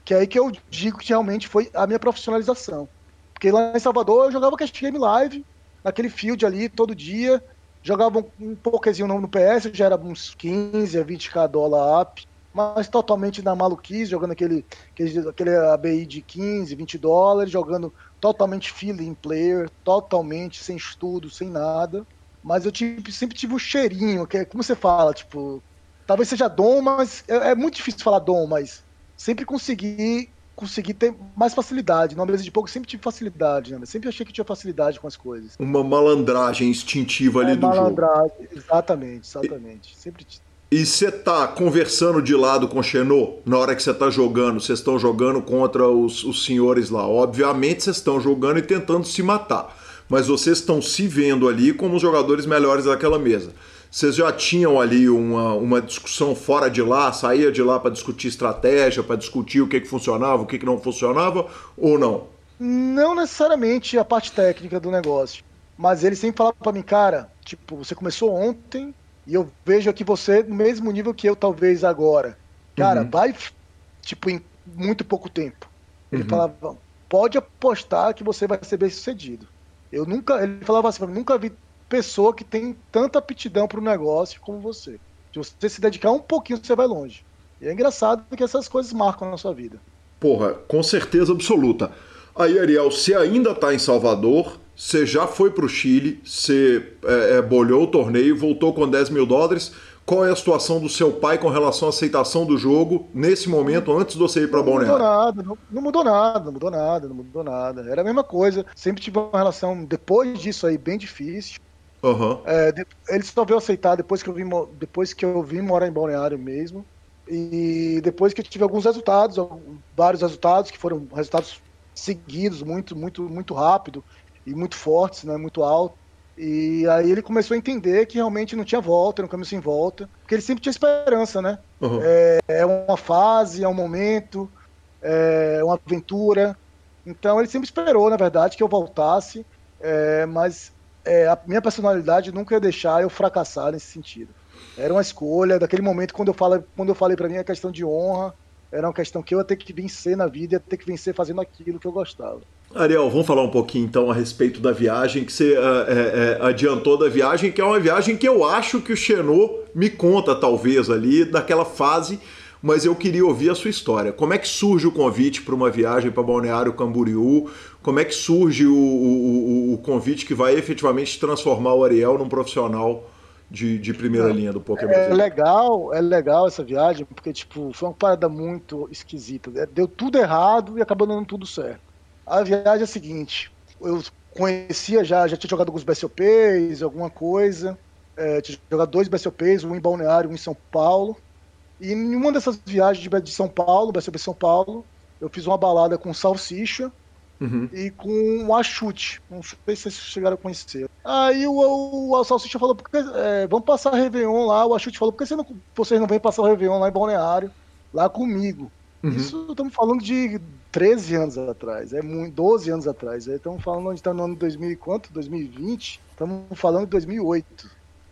Speaker 4: Que é aí que eu digo que realmente foi a minha profissionalização. Porque lá em Salvador eu jogava Cash Game Live, naquele field ali, todo dia. Jogava um pokerzinho no PS, já era uns 15 a 20k dólar up. Mas totalmente na maluquice, jogando aquele ABI de 15, 20 dólares, jogando totalmente feeling player, totalmente sem estudo, sem nada. Mas eu sempre tive um cheirinho, que é como você fala, tipo, talvez seja dom, mas é muito difícil falar dom, mas sempre consegui ter mais facilidade. Na mesa de poker sempre tive facilidade, né? Sempre achei que tinha facilidade com as coisas.
Speaker 1: Uma malandragem instintiva ali do jogo.
Speaker 4: Exatamente. Sempre tive.
Speaker 1: E você tá conversando de lado com o Xenô na hora que você tá jogando? Vocês estão jogando contra os senhores lá. Obviamente vocês estão jogando e tentando se matar. Mas vocês estão se vendo ali como os jogadores melhores daquela mesa. Vocês já tinham ali uma discussão fora de lá? Saía de lá para discutir estratégia, para discutir o que funcionava, o que não funcionava, ou não?
Speaker 4: Não necessariamente a parte técnica do negócio. Mas ele sempre falava para mim, cara, tipo, você começou ontem... E eu vejo aqui você no mesmo nível que eu, talvez, agora. Cara, vai, tipo, em muito pouco tempo. Ele falava, pode apostar que você vai ser bem sucedido. Ele falava assim, nunca vi pessoa que tem tanta aptidão pro negócio como você. Se você se dedicar um pouquinho, você vai longe. E é engraçado que essas coisas marcam na sua vida.
Speaker 1: Porra, com certeza absoluta. Aí, Ariel, você ainda tá em Salvador... Você já foi para o Chile, você bolhou o torneio, voltou com 10 mil dólares. Qual é a situação do seu pai com relação à aceitação do jogo nesse momento, antes de você ir para Balneário?
Speaker 4: Não mudou nada. Era a mesma coisa. Sempre tive uma relação, depois disso aí, bem difícil. Ele só veio aceitar depois que eu vim morar em Balneário mesmo. E depois que eu tive alguns resultados, vários resultados, que foram resultados seguidos, muito rápido. E muito fortes, né, muito alto. E aí ele começou a entender que realmente não tinha volta, era um caminho sem volta, porque ele sempre tinha esperança, né? É uma fase, é um momento, é uma aventura. Então ele sempre esperou, na verdade, que eu voltasse, mas a minha personalidade nunca ia deixar eu fracassar nesse sentido. Era uma escolha, daquele momento, quando eu falei para mim, a questão de honra, era uma questão que eu ia ter que vencer na vida, ia ter que vencer fazendo aquilo que eu gostava.
Speaker 1: Ariel, vamos falar um pouquinho então a respeito da viagem, que você adiantou da viagem, que é uma viagem que eu acho que o Xenô me conta talvez ali, daquela fase, mas eu queria ouvir a sua história. Como é que surge o convite para uma viagem para Balneário Camboriú? Como é que surge o convite que vai efetivamente transformar o Ariel num profissional de primeira linha do poker brasileiro?
Speaker 4: É legal essa viagem, porque tipo, foi uma parada muito esquisita. Deu tudo errado e acabou dando tudo certo. A viagem é a seguinte, eu conhecia já tinha jogado alguns BSOPs, alguma coisa, tinha jogado 2 BSOPs, um em Balneário, um em São Paulo, e em uma dessas viagens de São Paulo, BSOP São Paulo, eu fiz uma balada com Salsicha e com o Achute, não sei se vocês chegaram a conhecer. Aí o Salsicha falou, vamos passar Réveillon lá, o Achute falou, por que vocês não vêm passar o Réveillon lá em Balneário, lá comigo? Isso estamos falando de 13 anos atrás, 12 anos atrás. Estamos falando onde está no ano de 2020, estamos falando de 2008.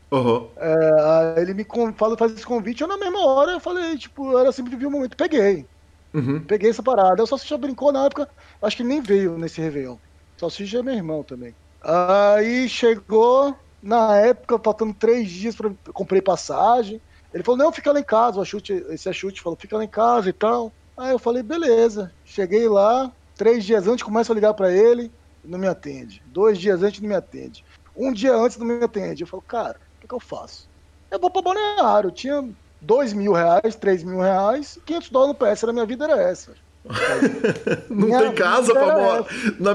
Speaker 4: Aí ele me faz esse convite, eu na mesma hora eu falei, tipo, era sempre vi o momento, peguei essa parada. O Salsicha brincou na época, acho que ele nem veio nesse Réveillon. O Salsicha é meu irmão também. Aí chegou, na época, faltando 3 dias, comprei passagem. Ele falou, não, fica lá em casa, esse Achute falou, fica lá em casa e tal. Aí eu falei, beleza. Cheguei lá, 3 dias antes, começo a ligar pra ele, não me atende. 2 dias antes, não me atende. 1 dia antes, não me atende. Eu falo, cara, o que eu faço? Eu vou pra Balneário, eu tinha 2 mil reais, 3 mil reais, 500 dólares no PS, na minha vida era essa.
Speaker 1: Não tem casa pra morar.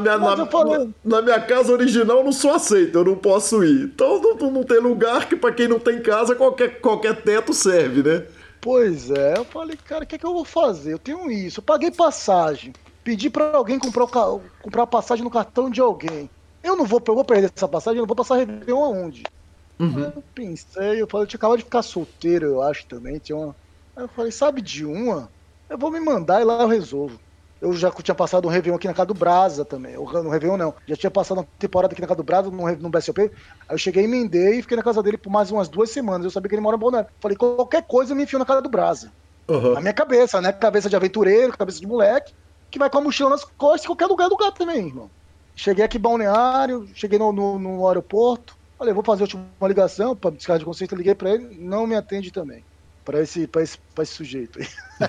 Speaker 1: Na minha casa original não sou aceito, eu não posso ir. Então não tem lugar que pra quem não tem casa, qualquer teto serve, né?
Speaker 4: Pois é, eu falei, cara, o que é que eu vou fazer? Eu tenho isso, eu paguei passagem, pedi pra alguém comprar passagem no cartão de alguém. Eu vou perder essa passagem, eu não vou passar Réveillon aonde? Eu pensei, eu falei, eu tinha acabado de ficar solteiro, eu acho também. Aí eu falei, sabe de uma? Eu vou me mandar e lá eu resolvo. Eu já tinha passado um Réveillon aqui na casa do Brasa também. No Réveillon não. Já tinha passado uma temporada aqui na casa do Brasa, no BSOP. Aí eu cheguei, emendei e fiquei na casa dele por mais umas 2 semanas. Eu sabia que ele mora em Balneário. Falei, qualquer coisa eu me enfio na casa do Brasa. Na minha cabeça, né? Cabeça de aventureiro, cabeça de moleque, que vai com a mochila nas costas em qualquer lugar do lugar também, irmão. Cheguei aqui em Balneário, cheguei no aeroporto, falei, vou fazer a última ligação para descarga de consciência, liguei para ele, não me atende também, para esse sujeito aí.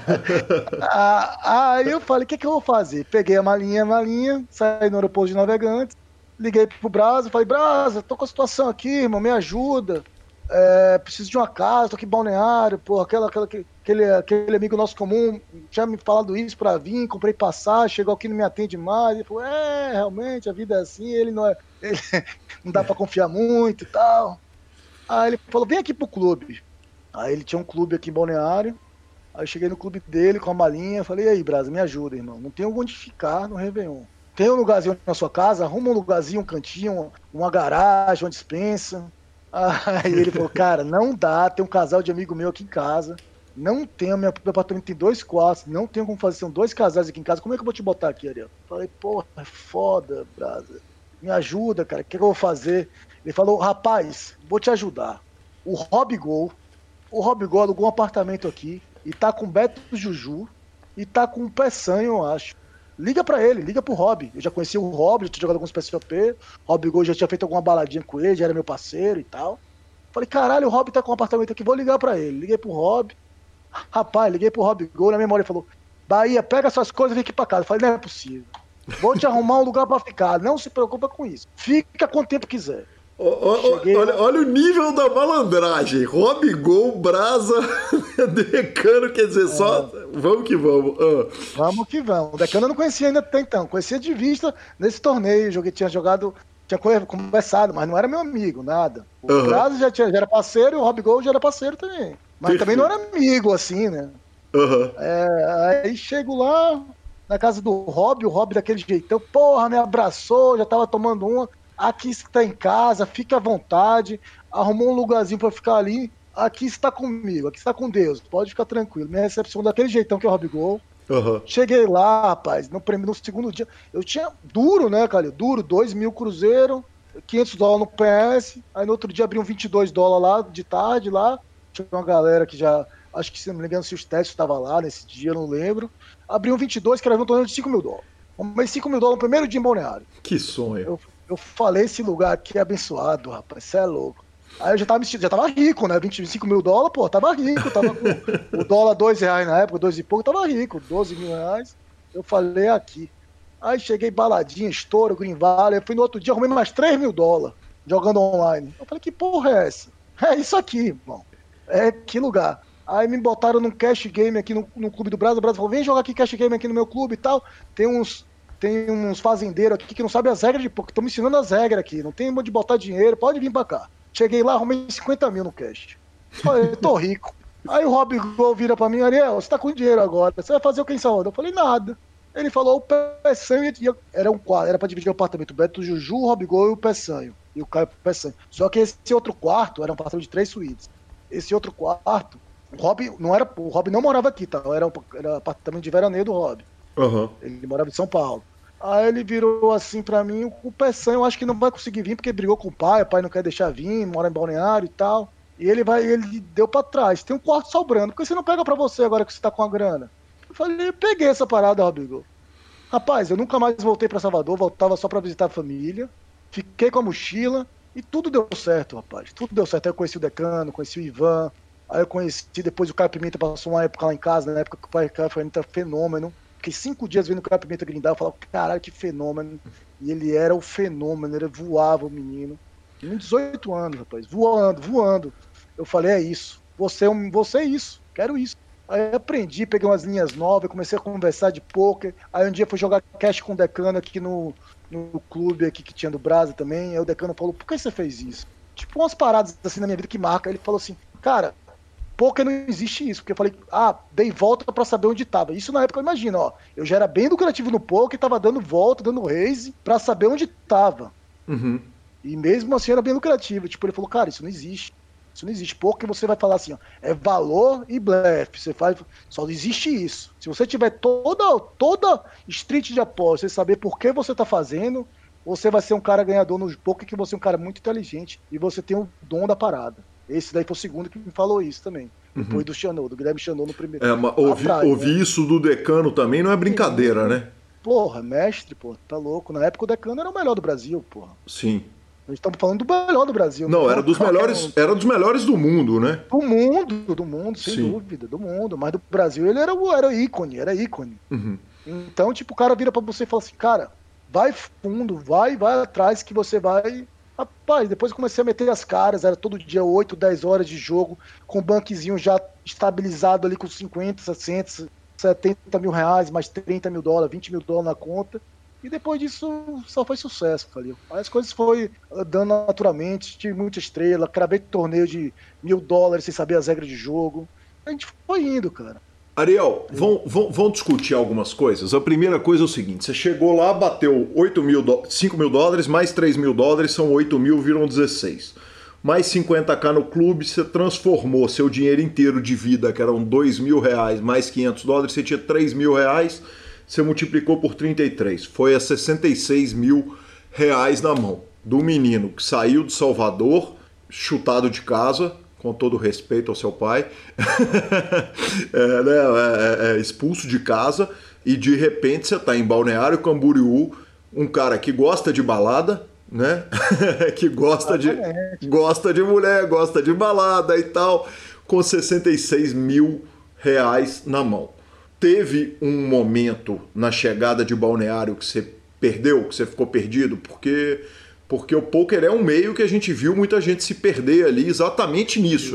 Speaker 4: Aí eu falei, o que eu vou fazer? Peguei a malinha, saí no aeroporto de Navegantes, liguei pro Brasa, falei, Brasa, tô com a situação aqui, irmão, me ajuda. Preciso de uma casa, tô aqui em Balneário, pô, aquele amigo nosso comum tinha me falado isso pra vir, comprei passagem, chegou aqui e não me atende mais. Ele falou, realmente, a vida é assim, ele não dá pra confiar muito e tal. Aí ele falou, vem aqui pro clube. Aí ele tinha um clube aqui em Balneário, aí eu cheguei no clube dele com a malinha, falei, e aí, Brasa, me ajuda, irmão, não tenho onde ficar no Réveillon. Tem um lugarzinho na sua casa, arruma um lugarzinho, um cantinho, uma garagem, uma despensa. Aí ele falou, cara, não dá, tem um casal de amigo meu aqui em casa, não tenho, meu apartamento tem 2 quartos, não tenho como fazer, são 2 casais aqui em casa, como é que eu vou te botar aqui, Ariel? Falei, porra, é foda, Brasa, me ajuda, cara, o que eu vou fazer? Ele falou, rapaz, vou te ajudar, o Rob Gol alugou um apartamento aqui, e tá com o Beto Juju, e tá com o Peçanho, eu acho. Liga pra ele, liga pro Rob. Eu já conhecia o Rob, já tinha jogado alguns PSP. Rob Gol já tinha feito alguma baladinha com ele, já era meu parceiro e tal. Falei, caralho, o Rob tá com um apartamento aqui, vou ligar pra ele. Liguei pro Rob. Rapaz, liguei pro Rob Gol, na memória ele falou, Bahia, pega suas coisas e vem aqui pra casa. Eu falei, não é possível. Vou te arrumar um lugar pra ficar, não se preocupa com isso. Fica quanto tempo quiser.
Speaker 1: Olha o nível da malandragem. Rob Gol, Brasa, Decano, quer dizer, só vamos que vamos.
Speaker 4: Vamos que vamos. O Decano eu não conhecia ainda até então, conhecia de vista nesse torneio, tinha conversado, mas não era meu amigo, nada. O Brasa já era parceiro e o Rob Gol já era parceiro também. Mas também não era amigo, assim, né? Aí chego lá na casa do Rob, o Rob daquele jeitão, porra, me abraçou, já tava tomando uma. Aqui está em casa, fica à vontade, arrumou um lugarzinho pra ficar ali, aqui está comigo, aqui está com Deus, pode ficar tranquilo. Minha recepção daquele jeitão que é o Rob Gol. Cheguei lá, rapaz, no segundo dia, eu tinha duro, né, cara, duro, 2.000 cruzeiro, $500 no PS, aí no outro dia abriam $22 lá, de tarde lá, tinha uma galera que já, acho que se não me engano se os testes estavam lá nesse dia, não lembro, abriam 22, que era um torneio de $5.000. Mas $5.000 no primeiro dia em Balneário.
Speaker 1: Que sonho.
Speaker 4: Eu falei, esse lugar aqui é abençoado, rapaz, você é louco. Aí eu já tava rico, né? $25.000, pô, tava rico, tava com o dólar R$2 na época, 2 e pouco, tava rico, R$12.000. Eu falei aqui. Aí cheguei baladinha, estouro, Green Valley, eu fui no outro dia, arrumei mais $3.000 jogando online. Eu falei, que porra é essa? É isso aqui, irmão. Que lugar. Aí me botaram num cash game aqui no clube do Brasa. O Brasa falou, vem jogar aqui cash game aqui no meu clube e tal. Tem uns fazendeiros aqui que não sabem as regras de poker, estão me ensinando as regras aqui, não tem onde botar dinheiro, pode vir pra cá. Cheguei lá, arrumei 50 mil no cash. Falei, tô rico. Aí o Rob Gol vira pra mim, Ariel, você tá com dinheiro agora, você vai fazer o que em Salvador? Eu falei, nada. Ele falou, o Peçanho, era um quadro, era pra dividir o apartamento, o Beto Juju, o Rob Gol e o Peçanho, e o Caio Peçanho. Só que esse outro quarto era um apartamento de 3 suítes. Esse outro quarto, o Rob não morava aqui, tá? Era apartamento de veraneio do Rob. Ele morava em São Paulo. Aí ele virou assim pra mim, o Peçanho eu acho que não vai conseguir vir porque brigou com o pai não quer deixar vir, mora em Balneário e tal. E ele deu pra trás, tem um quarto sobrando, por que você não pega pra você agora que você tá com a grana? Eu falei, eu peguei essa parada, Rodrigo. Rapaz, eu nunca mais voltei pra Salvador, voltava só pra visitar a família, fiquei com a mochila e tudo deu certo, rapaz, tudo deu certo. Aí eu conheci o Decano, conheci o Ivan, aí eu conheci depois o Caio Pimenta, passou uma época lá em casa, na época que o pai Caio Pimenta fenômeno. Fiquei 5 dias vendo o Caio Pimenta grindar, eu falava, caralho, que fenômeno. E ele era o fenômeno, ele voava o menino. Com 18 anos, rapaz, voando. Eu falei, é isso, você é isso, quero isso. Aí aprendi, peguei umas linhas novas, comecei a conversar de poker. Aí um dia fui jogar cash com o Decano aqui no clube aqui que tinha do Brasa também. Aí o Decano falou, por que você fez isso? Tipo, umas paradas assim na minha vida que marca. Ele falou assim, cara, poker não existe isso, porque eu falei, dei volta pra saber onde tava. Isso na época, imagina, ó, eu já era bem lucrativo no poker, tava dando volta, dando raise, pra saber onde tava. E mesmo assim era bem lucrativo. Tipo, ele falou, cara, isso não existe. Isso não existe. Poker você vai falar assim, ó, é valor e blefe. Você faz, só existe isso. Se você tiver toda street de aposta, você saber por que você tá fazendo, você vai ser um cara ganhador no poker, que você é um cara muito inteligente e você tem o dom da parada. Esse daí foi o segundo que me falou isso também. Depois do Chanot, do Guilherme Chanot no primeiro.
Speaker 1: Mas
Speaker 4: Atrás,
Speaker 1: ouvir
Speaker 4: né?
Speaker 1: isso do Decano também não é brincadeira, né?
Speaker 4: Porra, mestre, pô, tá louco. Na época o Decano era o melhor do Brasil, porra.
Speaker 1: Sim.
Speaker 4: Nós estamos falando do melhor do Brasil.
Speaker 1: Não, era dos melhores do mundo, né?
Speaker 4: Do mundo, sem
Speaker 1: Sim.
Speaker 4: dúvida, do mundo. Mas do Brasil ele era ícone.
Speaker 1: Uhum.
Speaker 4: Então, tipo, o cara vira pra você e fala assim, cara, vai fundo, vai atrás que você vai... Rapaz, depois eu comecei a meter as caras, era todo dia 8, 10 horas de jogo, com o banquezinho já estabilizado ali com 50, 60, 70 mil reais, mais 30 mil dólares, 20 mil dólares na conta. E depois disso só foi sucesso, Calil. Aí as coisas foi dando naturalmente, tive muita estrela, cravei torneio de $1.000 sem saber as regras de jogo. A gente foi indo, cara.
Speaker 1: Ariel, vão discutir algumas coisas. A primeira coisa é o seguinte: você chegou lá, bateu $5.000, mais $3.000, são 8 mil, viram 16. Mais 50k no clube, você transformou seu dinheiro inteiro de vida, que eram $2.000, mais $500, você tinha $3.000, você multiplicou por 33. Foi a 66 mil reais na mão do menino que saiu de Salvador, chutado de casa, com todo respeito ao seu pai, expulso de casa, e de repente você está em Balneário Camboriú, um cara que gosta de balada, né? Que gosta de mulher, gosta de balada e tal, com 66 mil reais na mão. Teve um momento na chegada de Balneário que você perdeu, que você ficou perdido, porque o poker é um meio que a gente viu muita gente se perder ali exatamente nisso.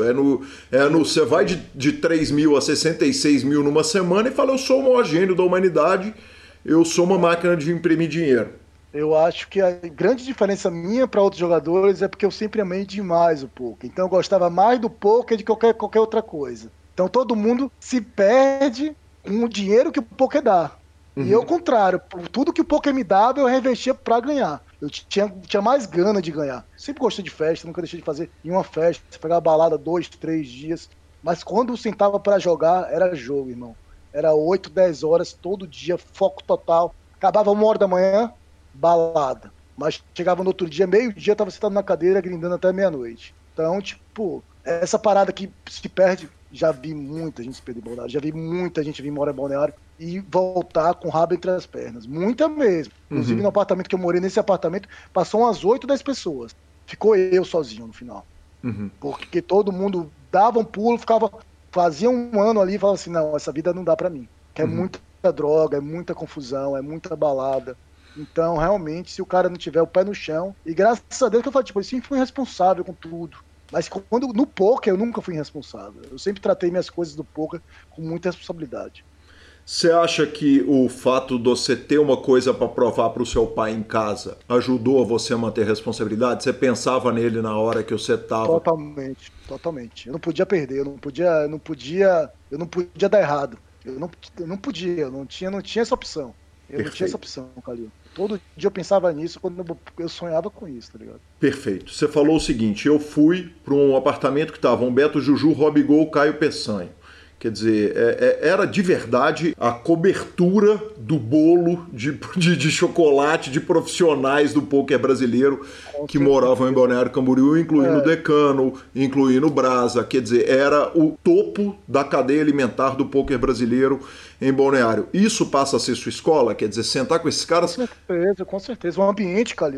Speaker 1: Você vai de 3 mil a 66 mil numa semana e fala, eu sou o maior gênio da humanidade, eu sou uma máquina de imprimir dinheiro.
Speaker 4: Eu acho que a grande diferença minha para outros jogadores é porque eu sempre amei demais o poker. Então eu gostava mais do poker de qualquer outra coisa. Então todo mundo se perde com o dinheiro que o poker dá. E eu, ao contrário, tudo que o poker me dava, eu revestia para ganhar. Eu tinha mais gana de ganhar. Sempre gostei de festa, nunca deixei de fazer em uma festa, pegar a balada 2, 3 dias. Mas quando eu sentava para jogar, era jogo, irmão. Era 8, 10 horas, todo dia, foco total. Acabava 1h da manhã, balada. Mas chegava no outro dia, meio-dia, eu tava sentado na cadeira, grindando até meia-noite. Então, tipo, essa parada que se perde, já vi muita gente se perder em Balneário, já vi muita gente vir morar em Balneário e voltar com o rabo entre as pernas. Muita mesmo. Inclusive no apartamento que eu morei, nesse apartamento, passou umas 8, 10 pessoas. Ficou eu sozinho no final. Porque todo mundo dava um pulo, fazia um ano ali e falava assim, não, essa vida não dá pra mim. Que é muita droga, é muita confusão, é muita balada. Então, realmente, se o cara não tiver o pé no chão, e graças a Deus que eu falo, tipo, eu sempre fui responsável com tudo. Mas no poker eu nunca fui irresponsável. Eu sempre tratei minhas coisas do poker com muita responsabilidade.
Speaker 1: Você acha que o fato de você ter uma coisa para provar para o seu pai em casa ajudou a você a manter responsabilidade? Você pensava nele na hora que você estava?
Speaker 4: Totalmente. Eu não podia perder, eu não podia dar errado. Eu não podia, eu não tinha essa opção. Não tinha essa opção, Calil. Todo dia eu pensava nisso quando eu sonhava com isso, tá ligado?
Speaker 1: Perfeito. Você falou o seguinte, eu fui para um apartamento que estavam Beto Juju, Robigol, Caio Peçanha. Quer dizer, era de verdade a cobertura do bolo de chocolate de profissionais do poker brasileiro que moravam em Balneário Camboriú, incluindo o Decano, incluindo o Brasa. Quer dizer, era o topo da cadeia alimentar do poker brasileiro em Balneário. Isso passa a ser sua escola? Quer dizer, sentar com esses caras...
Speaker 4: Com certeza. O ambiente, Calil,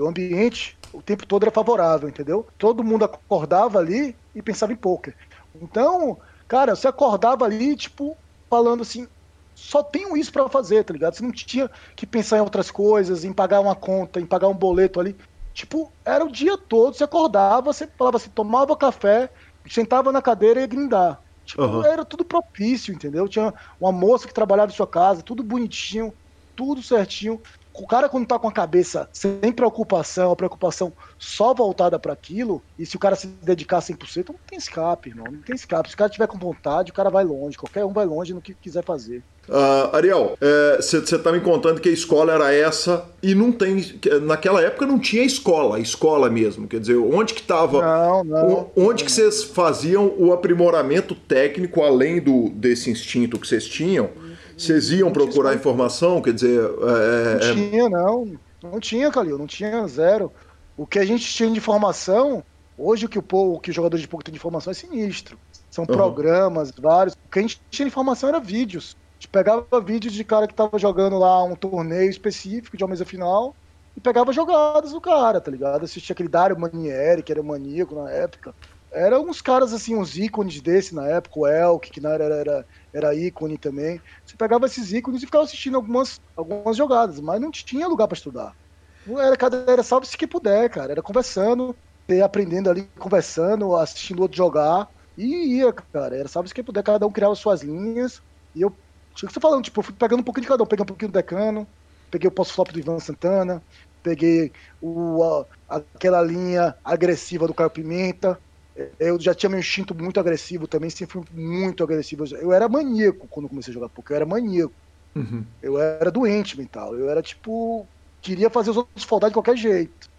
Speaker 4: o tempo todo era favorável, entendeu? Todo mundo acordava ali e pensava em poker. Então... Cara, você acordava ali, tipo, falando assim, só tenho isso pra fazer, tá ligado? Você não tinha que pensar em outras coisas, em pagar uma conta, em pagar um boleto ali. Tipo, era o dia todo, você acordava, você falava assim, tomava café, sentava na cadeira e ia grindar. Tipo, era tudo propício, entendeu? Tinha uma moça que trabalhava em sua casa, tudo bonitinho, tudo certinho. O cara, quando tá com a cabeça sem preocupação, a preocupação só voltada para aquilo, e se o cara se dedicar 100%, não tem escape, irmão. Não tem escape. Se o cara tiver com vontade, o cara vai longe. Qualquer um vai longe no que quiser fazer.
Speaker 1: Ariel, você tá me contando que a escola era essa e não tem... Naquela época não tinha escola, a escola mesmo. Quer dizer, onde que tava... Onde que vocês faziam o aprimoramento técnico, além desse instinto que vocês tinham? Vocês iam procurar informação? Quer dizer...
Speaker 4: Não tinha, não. Não tinha, Calil. Não tinha, zero. O que a gente tinha de informação Hoje o que o jogador de poker tem de informação é sinistro. São programas, vários. O que a gente tinha de informação era vídeos. A gente pegava vídeos de cara que tava jogando lá um torneio específico de uma mesa final e pegava jogadas do cara, tá ligado? Assistia aquele Dario Manieri, que era maníaco na época. Eram uns caras, assim, uns ícones desse na época, o Elk, que era ícone também. Você pegava esses ícones e ficava assistindo algumas jogadas, mas não tinha lugar pra estudar. Era salve-se que puder, cara. Era conversando, aprendendo ali, conversando, assistindo o outro jogar. E ia, cara. Era salve-se que puder, cada um criava suas linhas. E eu, tinha que você falando, tipo, eu fui pegando um pouquinho de cada um. Peguei um pouquinho do Decano, peguei o post-flop do Ivan Santana, peguei aquela linha agressiva do Caio Pimenta. Eu já tinha meu instinto muito agressivo também, sempre fui muito agressivo. Eu era maníaco quando comecei a jogar poker, eu era maníaco.
Speaker 1: Uhum.
Speaker 4: Eu era doente mental, eu era tipo... Queria fazer os outros foldar de qualquer jeito.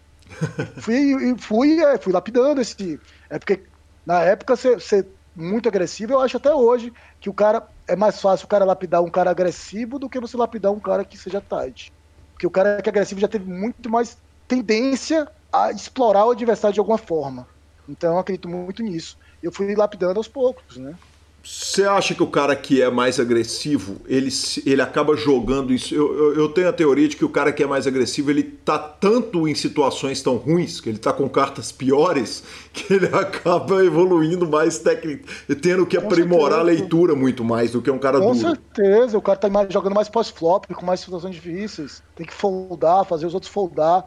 Speaker 4: Fui lapidando esse... É porque na época ser muito agressivo, eu acho até hoje que o cara... É mais fácil o cara lapidar um cara agressivo do que você lapidar um cara que seja tight. Porque o cara que é agressivo já teve muito mais tendência a explorar o adversário de alguma forma. Então eu acredito muito nisso. Eu fui lapidando aos poucos, né?
Speaker 1: Você acha que o cara que é mais agressivo, ele acaba jogando isso? Eu tenho a teoria de que o cara que é mais agressivo, ele tá tanto em situações tão ruins, que ele tá com cartas piores, que ele acaba evoluindo mais técnico, tendo que aprimorar a leitura muito mais do que um cara duro.
Speaker 4: Com certeza, o cara tá jogando mais pós-flop, com mais situações difíceis. Tem que foldar, fazer os outros foldar,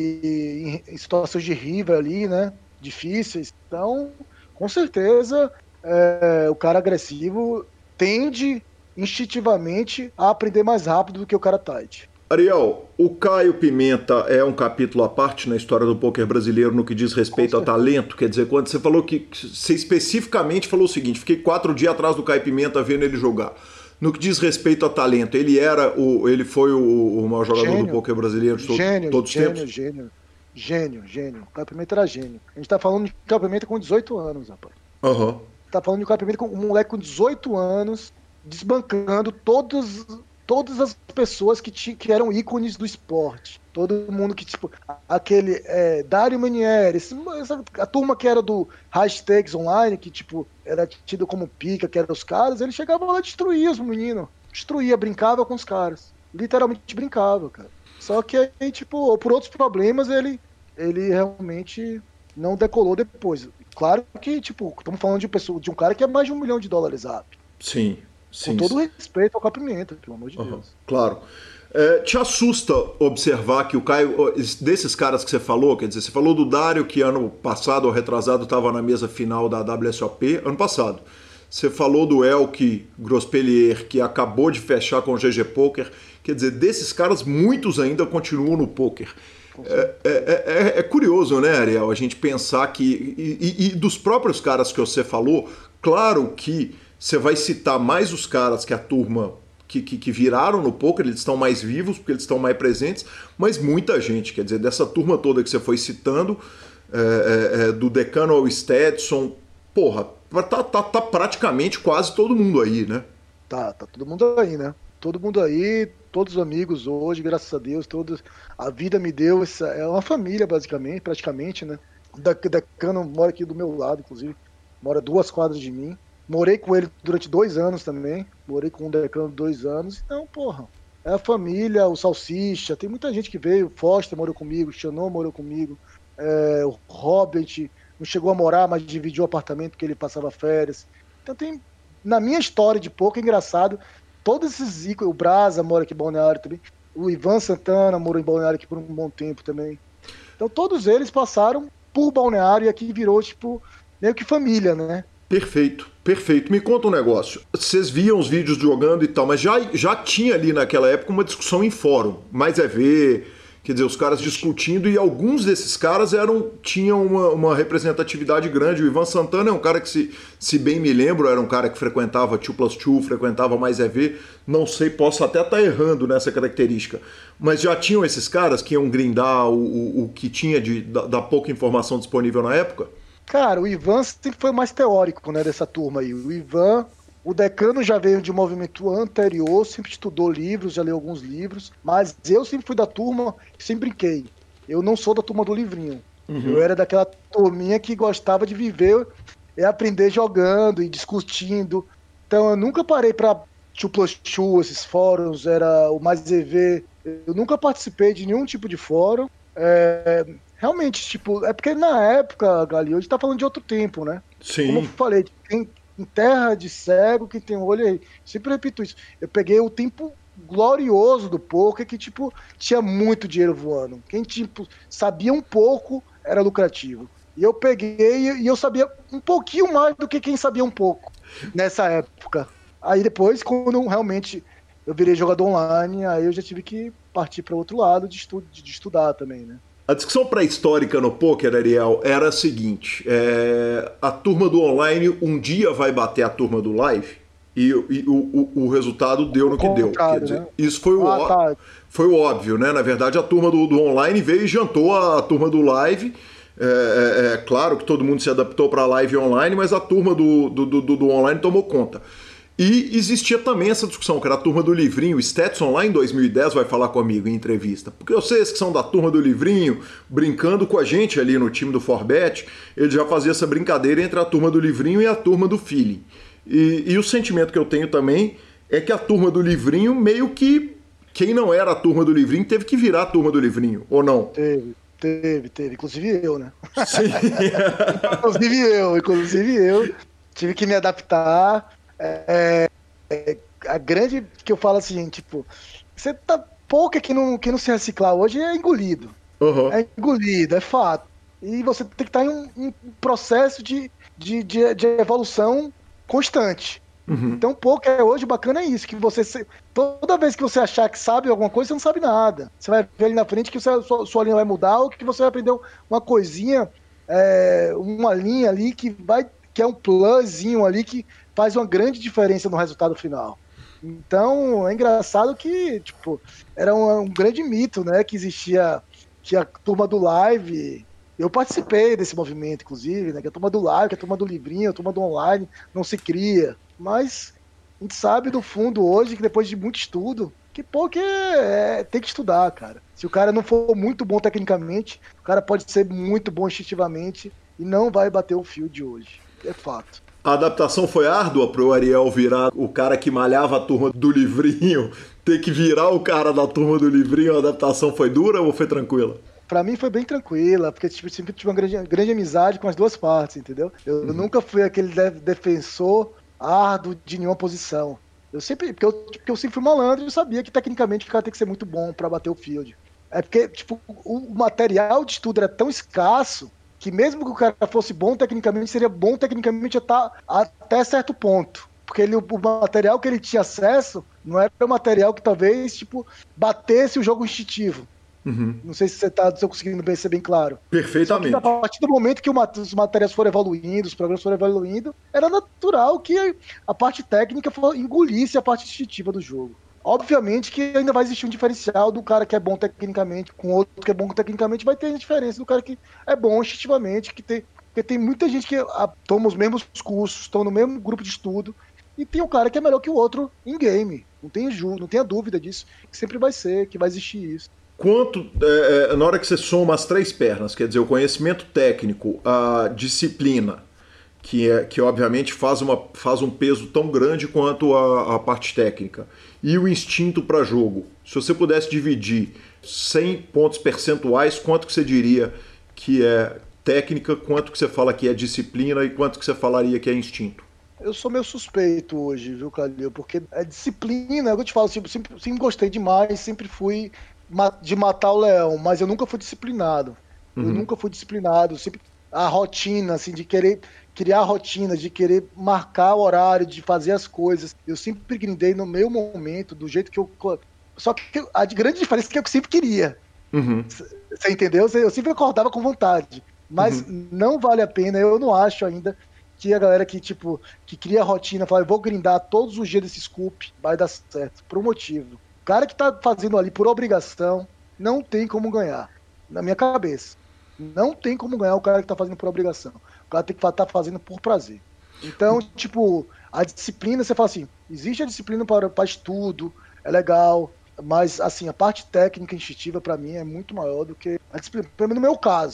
Speaker 4: e em situações de river ali, né? Difíceis. Então, com certeza... o cara agressivo tende instintivamente a aprender mais rápido do que o cara tight.
Speaker 1: Ariel, o Caio Pimenta é um capítulo à parte na história do poker brasileiro no que diz respeito a talento. Quer dizer, quando você falou você especificamente falou o seguinte: fiquei 4 dias atrás do Caio Pimenta vendo ele jogar. No que diz respeito a talento, ele foi o maior jogador do poker brasileiro de todos os tempos?
Speaker 4: Gênio. O Caio Pimenta era gênio. A gente tá falando de Caio Pimenta com 18 anos, rapaz.
Speaker 1: Aham.
Speaker 4: Tá falando de Caio Pimenta com um moleque com 18 anos, desbancando todas as pessoas que eram ícones do esporte. Todo mundo que, tipo, aquele Dario Manieri, a turma que era do High Stakes Online, que, tipo, era tido como pica, que eram os caras, ele chegava lá e destruía os meninos. Destruía, brincava com os caras. Literalmente brincava, cara. Só que aí, tipo, por outros problemas, ele realmente não decolou depois. Claro que, tipo, estamos falando de um cara que é mais de $1 milhão up.
Speaker 1: Sim.
Speaker 4: Com todo respeito ao Caio Pimenta, pelo amor de Deus.
Speaker 1: Claro. Te assusta observar que o Caio, desses caras que você falou, quer dizer, você falou do Dario, que ano passado ou retrasado estava na mesa final da WSOP, ano passado. Você falou do Elke Grospelier, que acabou de fechar com o GG Poker. Quer dizer, desses caras, muitos ainda continuam no poker. É curioso, né, Ariel, a gente pensar que... E dos próprios caras que você falou, claro que você vai citar mais os caras que a turma que viraram no poker, eles estão mais vivos, porque eles estão mais presentes, mas muita gente, quer dizer, dessa turma toda que você foi citando, do Decano ao Stetson, porra, tá praticamente quase todo mundo aí, né?
Speaker 4: Tá todo mundo aí, né? Todo mundo aí, todos os amigos hoje, graças a Deus, a vida me deu é uma família, basicamente, praticamente, né? O Decano mora aqui do meu lado, inclusive, mora 2 quadras de mim. Morei com ele durante 2 anos também, morei com o Decano 2 anos, então, porra, é a família, o Salsicha, tem muita gente que veio, o Foster morou comigo, o Xanon morou comigo, o Robert não chegou a morar, mas dividiu o apartamento porque ele passava férias. Então tem, na minha história de poker, engraçado, todos esses ícones, o Brasa mora aqui em Balneário também, o Ivan Santana morou em Balneário aqui por um bom tempo também. Então todos eles passaram por Balneário e aqui virou, tipo, meio que família, né?
Speaker 1: Perfeito. Me conta um negócio. Vocês viam os vídeos jogando e tal, mas já tinha ali naquela época uma discussão em fórum, mais ver, quer dizer, os caras discutindo, e alguns desses caras tinham uma representatividade grande. O Ivan Santana é um cara que, se bem me lembro, era um cara que frequentava 2+2, frequentava mais ver. Não sei, posso até estar errando nessa característica. Mas já tinham esses caras que iam grindar o que tinha da pouca informação disponível na época?
Speaker 4: Cara, o Ivan sempre foi mais teórico, né, dessa turma aí. O Decano já veio de um movimento anterior, sempre estudou livros, já leu alguns livros, mas eu sempre fui da turma, sempre brinquei. Eu não sou da turma do livrinho. Eu era daquela turminha que gostava de viver e aprender jogando e discutindo. Então eu nunca parei para 2+2, esses fóruns, era o Mais EV. Eu nunca participei de nenhum tipo de fórum. Realmente, tipo, é porque na época, Gali, hoje tá falando de outro tempo, né?
Speaker 1: Sim.
Speaker 4: Como eu falei, em terra de cego, quem tem olho aí. Sempre repito isso. Eu peguei o tempo glorioso do poker, que, tipo, tinha muito dinheiro voando. Quem, tipo, sabia um pouco era lucrativo. E eu peguei e eu sabia um pouquinho mais do que quem sabia um pouco nessa época. Aí depois, quando realmente eu virei jogador online, aí eu já tive que partir para outro lado de estudar também, né?
Speaker 1: A discussão pré-histórica no poker, Ariel, era a seguinte: a turma do online um dia vai bater a turma do live, e o resultado deu no que deu. Quer dizer,
Speaker 4: né?
Speaker 1: isso foi o óbvio, né? Na verdade, a turma do online veio e jantou a turma do live. Claro que todo mundo se adaptou para a live online, mas a turma do online tomou conta. E existia também essa discussão, que era a turma do livrinho. O Stetson, lá em 2010, vai falar comigo em entrevista. Porque vocês que são da turma do livrinho, brincando com a gente ali no time do Forbet, ele já fazia essa brincadeira entre a turma do livrinho e a turma do feeling. E o sentimento que eu tenho também é que a turma do livrinho, meio que quem não era a turma do livrinho, teve que virar a turma do livrinho, ou não?
Speaker 4: Teve. Inclusive eu, né?
Speaker 1: Sim.
Speaker 4: Inclusive eu. Tive que me adaptar. A grande que eu falo assim, tipo, você tá pouco que não se reciclar hoje é engolido.
Speaker 1: Uhum.
Speaker 4: É engolido, é fato. E você tem que estar em um processo de evolução constante.
Speaker 1: Uhum.
Speaker 4: Então, poker hoje bacana é isso, que você toda vez que você achar que sabe alguma coisa, você não sabe nada. Você vai ver ali na frente que sua linha vai mudar ou que você vai aprender uma coisinha, uma linha ali que é um plusinho ali que faz uma grande diferença no resultado final. Então, é engraçado que, tipo, era um grande mito, né, que existia, que a turma do live, eu participei desse movimento, inclusive, né, que a turma do live, que a turma do livrinho, a turma do online não se cria, mas a gente sabe do fundo hoje, que depois de muito estudo, que poker tem que estudar, cara. Se o cara não for muito bom tecnicamente, o cara pode ser muito bom instintivamente e não vai bater o field hoje, é fato.
Speaker 1: A adaptação foi árdua pro Ariel virar o cara que malhava a turma do livrinho, ter que virar o cara da turma do livrinho. A adaptação foi dura ou foi tranquila?
Speaker 4: Pra mim foi bem tranquila, porque sempre tive uma grande amizade com as duas partes, entendeu? Eu nunca fui aquele defensor árduo de nenhuma posição. Porque eu sempre fui malandro e eu sabia que tecnicamente o cara tem que ser muito bom pra bater o field. É porque, tipo, o material de estudo era tão escasso que mesmo que o cara fosse bom tecnicamente, seria bom tecnicamente até certo ponto. Porque o material que ele tinha acesso não era o material que talvez, tipo, batesse o jogo instintivo.
Speaker 1: Uhum.
Speaker 4: Não sei se você conseguindo ser bem claro.
Speaker 1: Perfeitamente.
Speaker 4: Só que a partir do momento que os materiais foram evoluindo, os programas foram evoluindo, era natural que a parte técnica engolisse a parte instintiva do jogo. Obviamente que ainda vai existir um diferencial do cara que é bom tecnicamente com outro que é bom tecnicamente, vai ter a diferença do cara que é bom instintivamente, porque tem muita gente que toma os mesmos cursos, estão no mesmo grupo de estudo, e tem um cara que é melhor que o outro em game. Não tenha dúvida disso, que sempre vai ser, que vai existir isso.
Speaker 1: Na hora que você soma as três pernas, quer dizer, o conhecimento técnico, a disciplina, que obviamente faz um peso tão grande quanto a parte técnica, e o instinto para jogo. Se você pudesse dividir 100 pontos percentuais, quanto que você diria que é técnica, quanto que você fala que é disciplina e quanto que você falaria que é instinto?
Speaker 4: Eu sou meio suspeito hoje, viu, Calil? Porque a disciplina, eu te falo, sempre gostei demais, sempre fui de matar o leão, mas eu nunca fui disciplinado. Eu nunca fui disciplinado, sempre a rotina, assim, de querer criar rotina, de querer marcar o horário, de fazer as coisas. Eu sempre grindei no meu momento, do jeito que eu... Só que a grande diferença é que eu sempre queria. Você entendeu? Eu sempre acordava com vontade. Mas não vale a pena, eu não acho ainda que a galera que cria rotina, fala, eu vou grindar todos os dias desse scoop, vai dar certo. Por um motivo. O cara que tá fazendo ali por obrigação, não tem como ganhar. Na minha cabeça. Não tem como ganhar o cara que tá fazendo por obrigação. O cara tem que estar fazendo por prazer. Então, a disciplina, você fala assim, existe a disciplina para estudo, é legal, mas, assim, a parte técnica instintiva, para mim, é muito maior do que a disciplina. Pelo menos no meu caso.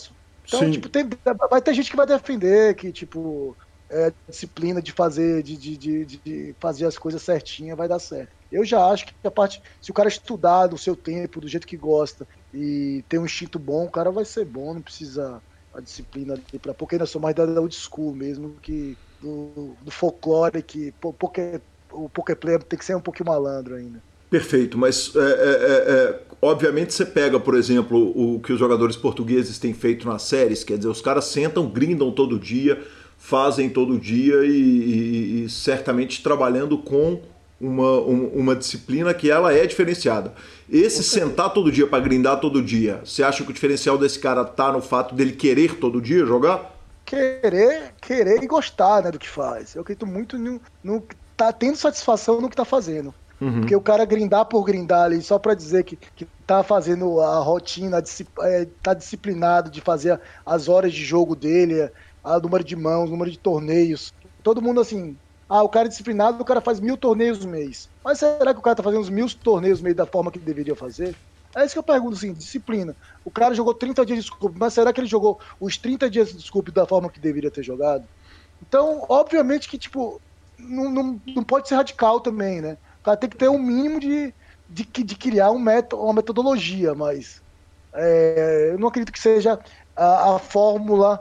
Speaker 4: Então,
Speaker 1: Sim.
Speaker 4: tipo, vai ter gente que vai defender que, tipo, disciplina de fazer, de fazer as coisas certinhas vai dar certo. Eu já acho que se o cara estudar do seu tempo, do jeito que gosta, e ter um instinto bom, o cara vai ser bom, não precisa a disciplina para porque ainda sou mais da old school mesmo, que do folclore, que o poker player tem que ser um pouquinho malandro ainda.
Speaker 1: Perfeito, mas obviamente você pega, por exemplo, o que os jogadores portugueses têm feito nas séries, quer dizer, os caras sentam, grindam todo dia, fazem todo dia e certamente trabalhando com uma disciplina que ela é diferenciada. Esse sentar todo dia para grindar todo dia, você acha que o diferencial desse cara tá no fato dele querer todo dia jogar?
Speaker 4: Querer e gostar, né, do que faz. Eu acredito muito no tá tendo satisfação no que tá fazendo. Porque o cara grindar por grindar ali só pra dizer que tá fazendo a rotina, tá disciplinado de fazer as horas de jogo dele, o número de mãos, o número de torneios. Todo mundo assim, o cara é disciplinado, o cara faz 1000 torneios no mês. Mas será que o cara tá fazendo os 1000 torneios no mês da forma que deveria fazer? É isso que eu pergunto, assim, disciplina. O cara jogou 30 dias de Scoop, mas será que ele jogou os 30 dias de Scoop da forma que deveria ter jogado? Então, obviamente que, tipo, não pode ser radical também, né? O cara tem que ter um mínimo de criar uma metodologia, mas eu não acredito que seja a fórmula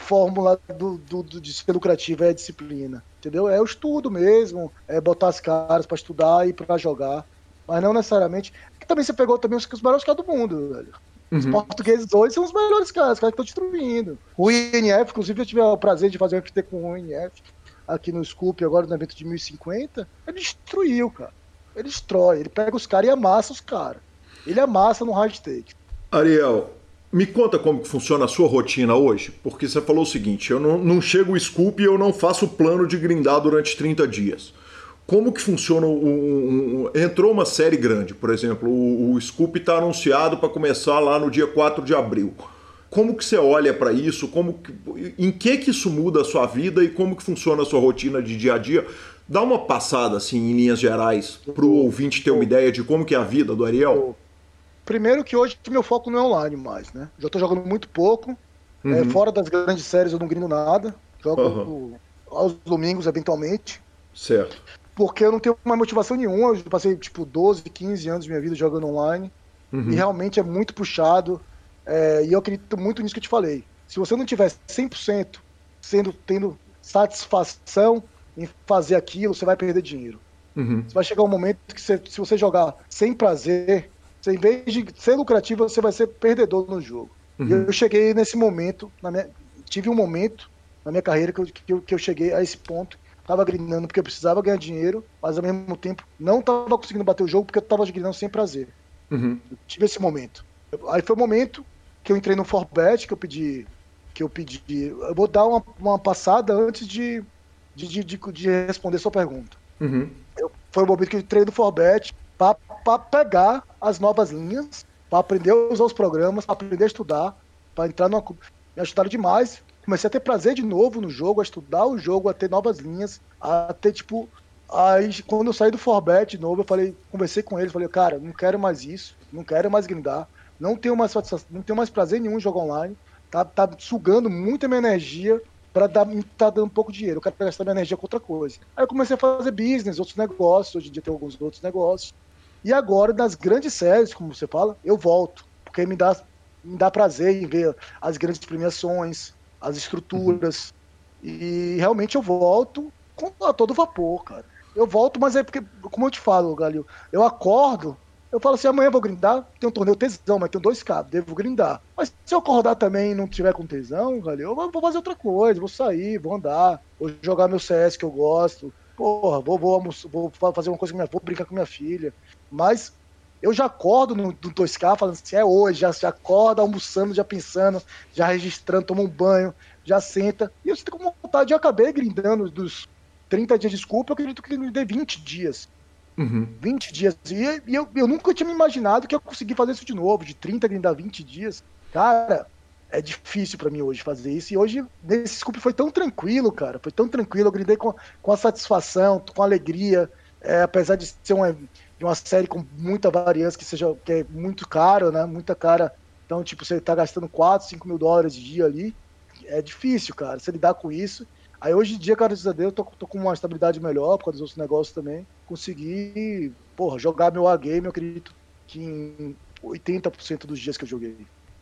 Speaker 4: de ser lucrativo é a disciplina, entendeu? É o estudo mesmo, é botar as caras para estudar e para jogar, mas não necessariamente. Porque também você pegou também os melhores caras do mundo, velho. Os portugueses hoje são os melhores caras, os caras que estão destruindo. O INF, inclusive, eu tive o prazer de fazer um FT com o INF aqui no Scoop, agora no evento de 1050, ele destruiu, cara. Ele destrói, ele pega os caras e amassa os caras. Ele amassa no hard take.
Speaker 1: Ariel, me conta como que funciona a sua rotina hoje, porque você falou o seguinte, eu não chego o Scoop e eu não faço plano de grindar durante 30 dias. Como que funciona entrou uma série grande, por exemplo, o Scoop está anunciado para começar lá no dia 4 de abril. Como que você olha para isso? Em que isso muda a sua vida e como que funciona a sua rotina de dia a dia? Dá uma passada, assim, em linhas gerais, para o ouvinte ter uma ideia de como que é a vida do Ariel.
Speaker 4: Primeiro que hoje meu foco não é online mais, né? Já tô jogando muito pouco. Fora das grandes séries eu não grindo nada. Jogo aos domingos, eventualmente.
Speaker 1: Certo.
Speaker 4: Porque eu não tenho mais motivação nenhuma. Eu passei, tipo, 12, 15 anos da minha vida jogando online. E realmente é muito puxado. E eu acredito muito nisso que eu te falei. Se você não tiver 100% tendo satisfação em fazer aquilo, você vai perder dinheiro. Você vai chegar um momento que se você jogar sem prazer, em vez de ser lucrativo, você vai ser perdedor no jogo. E eu cheguei nesse momento, tive um momento na minha carreira que eu cheguei a esse ponto. Tava grindando porque eu precisava ganhar dinheiro, mas ao mesmo tempo não tava conseguindo bater o jogo porque eu tava grindando sem prazer. Eu tive esse momento. Aí foi o momento que eu entrei no Forbet, que eu pedi, eu vou dar uma passada antes de responder sua pergunta. Foi o momento que eu entrei no Forbet para pegar as novas linhas, para aprender a usar os programas, para aprender a estudar, para entrar numa... Me ajudaram demais. Comecei a ter prazer de novo no jogo, a estudar o jogo, a ter novas linhas, a ter, tipo... Aí, quando eu saí do Forbet de novo, conversei com ele, falei, cara, não quero mais isso, não quero mais grindar, não tenho mais prazer nenhum em jogar online, tá sugando muita minha energia tá dando pouco dinheiro, eu quero gastar minha energia com outra coisa. Aí eu comecei a fazer business, outros negócios, hoje em dia tem alguns outros negócios, e agora, nas grandes séries, como você fala, eu volto, porque me dá prazer em ver as grandes premiações, as estruturas, e realmente eu volto a todo vapor, cara. Eu volto, mas é porque, como eu te falo, Galil, eu acordo, eu falo assim, amanhã eu vou grindar, tem um torneio tesão, mas tem 2K, devo grindar. Mas se eu acordar também e não tiver com tesão, Galil, eu vou fazer outra coisa, vou sair, vou andar, vou jogar meu CS que eu gosto, porra, vou fazer uma coisa vou brincar com minha filha. Mas eu já acordo no 2K falando assim, é hoje, já acorda almoçando, já pensando, já registrando, toma um banho, já senta. E eu sinto com vontade, eu acabei grindando dos 30 dias de Scoop, eu acredito que me dê 20 dias. 20 dias. E eu nunca tinha me imaginado que eu consegui fazer isso de novo, de 30 grindar 20 dias. Cara, é difícil pra mim hoje fazer isso. E hoje, nesse Scoop foi tão tranquilo, cara. Foi tão tranquilo, eu grindei com a satisfação, com alegria. Apesar de ser uma série com muita variância, que é muito caro, né? Muita cara. Então, tipo, você tá gastando 4, 5 mil dólares de dia ali, é difícil, cara, você lidar com isso. Aí hoje em dia, graças a Deus, eu tô com uma estabilidade melhor por causa dos outros negócios também. Consegui, jogar meu A-game, eu acredito que em 80% dos dias que eu joguei.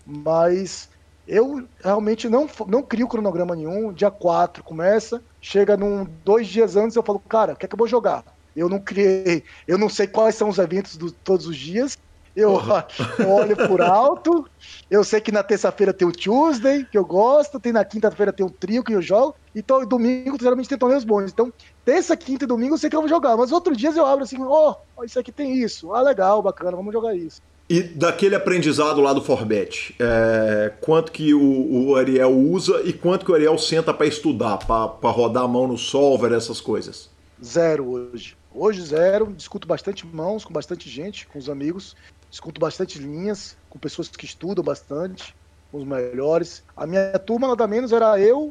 Speaker 4: Mas eu realmente não crio cronograma nenhum. Dia 4 começa, chega 2 dias antes, eu falo, cara, o que é que eu vou jogar? Eu não criei, eu não sei quais são os eventos todos os dias. Eu olho por alto, eu sei que na terça-feira tem o Tuesday, que eu gosto, tem na quinta-feira tem o trio que eu jogo, e domingo geralmente tem torneios bons. Então, terça, quinta e domingo eu sei que eu vou jogar, mas outros dias eu abro assim, isso aqui tem isso, legal, bacana, vamos jogar isso.
Speaker 1: E daquele aprendizado lá do Forbet, quanto que o Ariel usa e quanto que o Ariel senta para estudar, para rodar a mão no solver, essas coisas?
Speaker 4: 0 hoje. Hoje 0, discuto bastante mãos com bastante gente, com os amigos. Discuto bastante linhas, com pessoas que estudam bastante, com os melhores. A minha turma, nada menos, era eu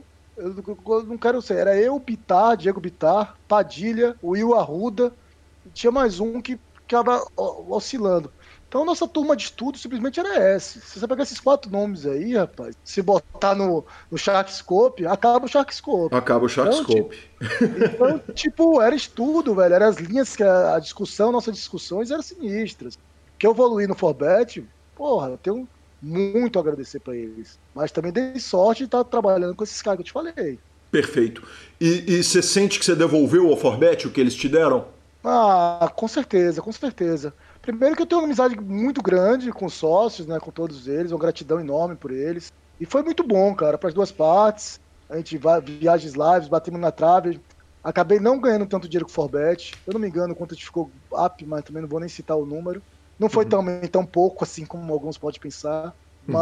Speaker 4: não quero ser, era eu, Bitar, Diego Bitar, Padilha, o Will Arruda, e tinha mais um que ficava oscilando. Então, nossa turma de estudo simplesmente era essa. Se você pegar esses 4 nomes aí, rapaz, se botar no Sharkscope, acaba o Sharkscope.
Speaker 1: Acaba o Sharkscope.
Speaker 4: Então, tipo, era estudo, velho. Eram as linhas que a discussão, nossas discussões eram sinistras. Que eu evoluí no Forbet, eu tenho muito a agradecer pra eles. Mas também dei sorte de estar trabalhando com esses caras que eu te falei.
Speaker 1: Perfeito. E você sente que você devolveu ao Forbet o que eles te deram?
Speaker 4: Com certeza, com certeza. Primeiro que eu tenho uma amizade muito grande com os sócios, né, com todos eles, uma gratidão enorme por eles. E foi muito bom, cara, para as duas partes. A gente viagens lives, batemos na trave. Acabei não ganhando tanto dinheiro com o Forbet. Eu não me engano quanto a gente ficou up, mas também não vou nem citar o número. Não foi tão pouco assim como alguns podem pensar,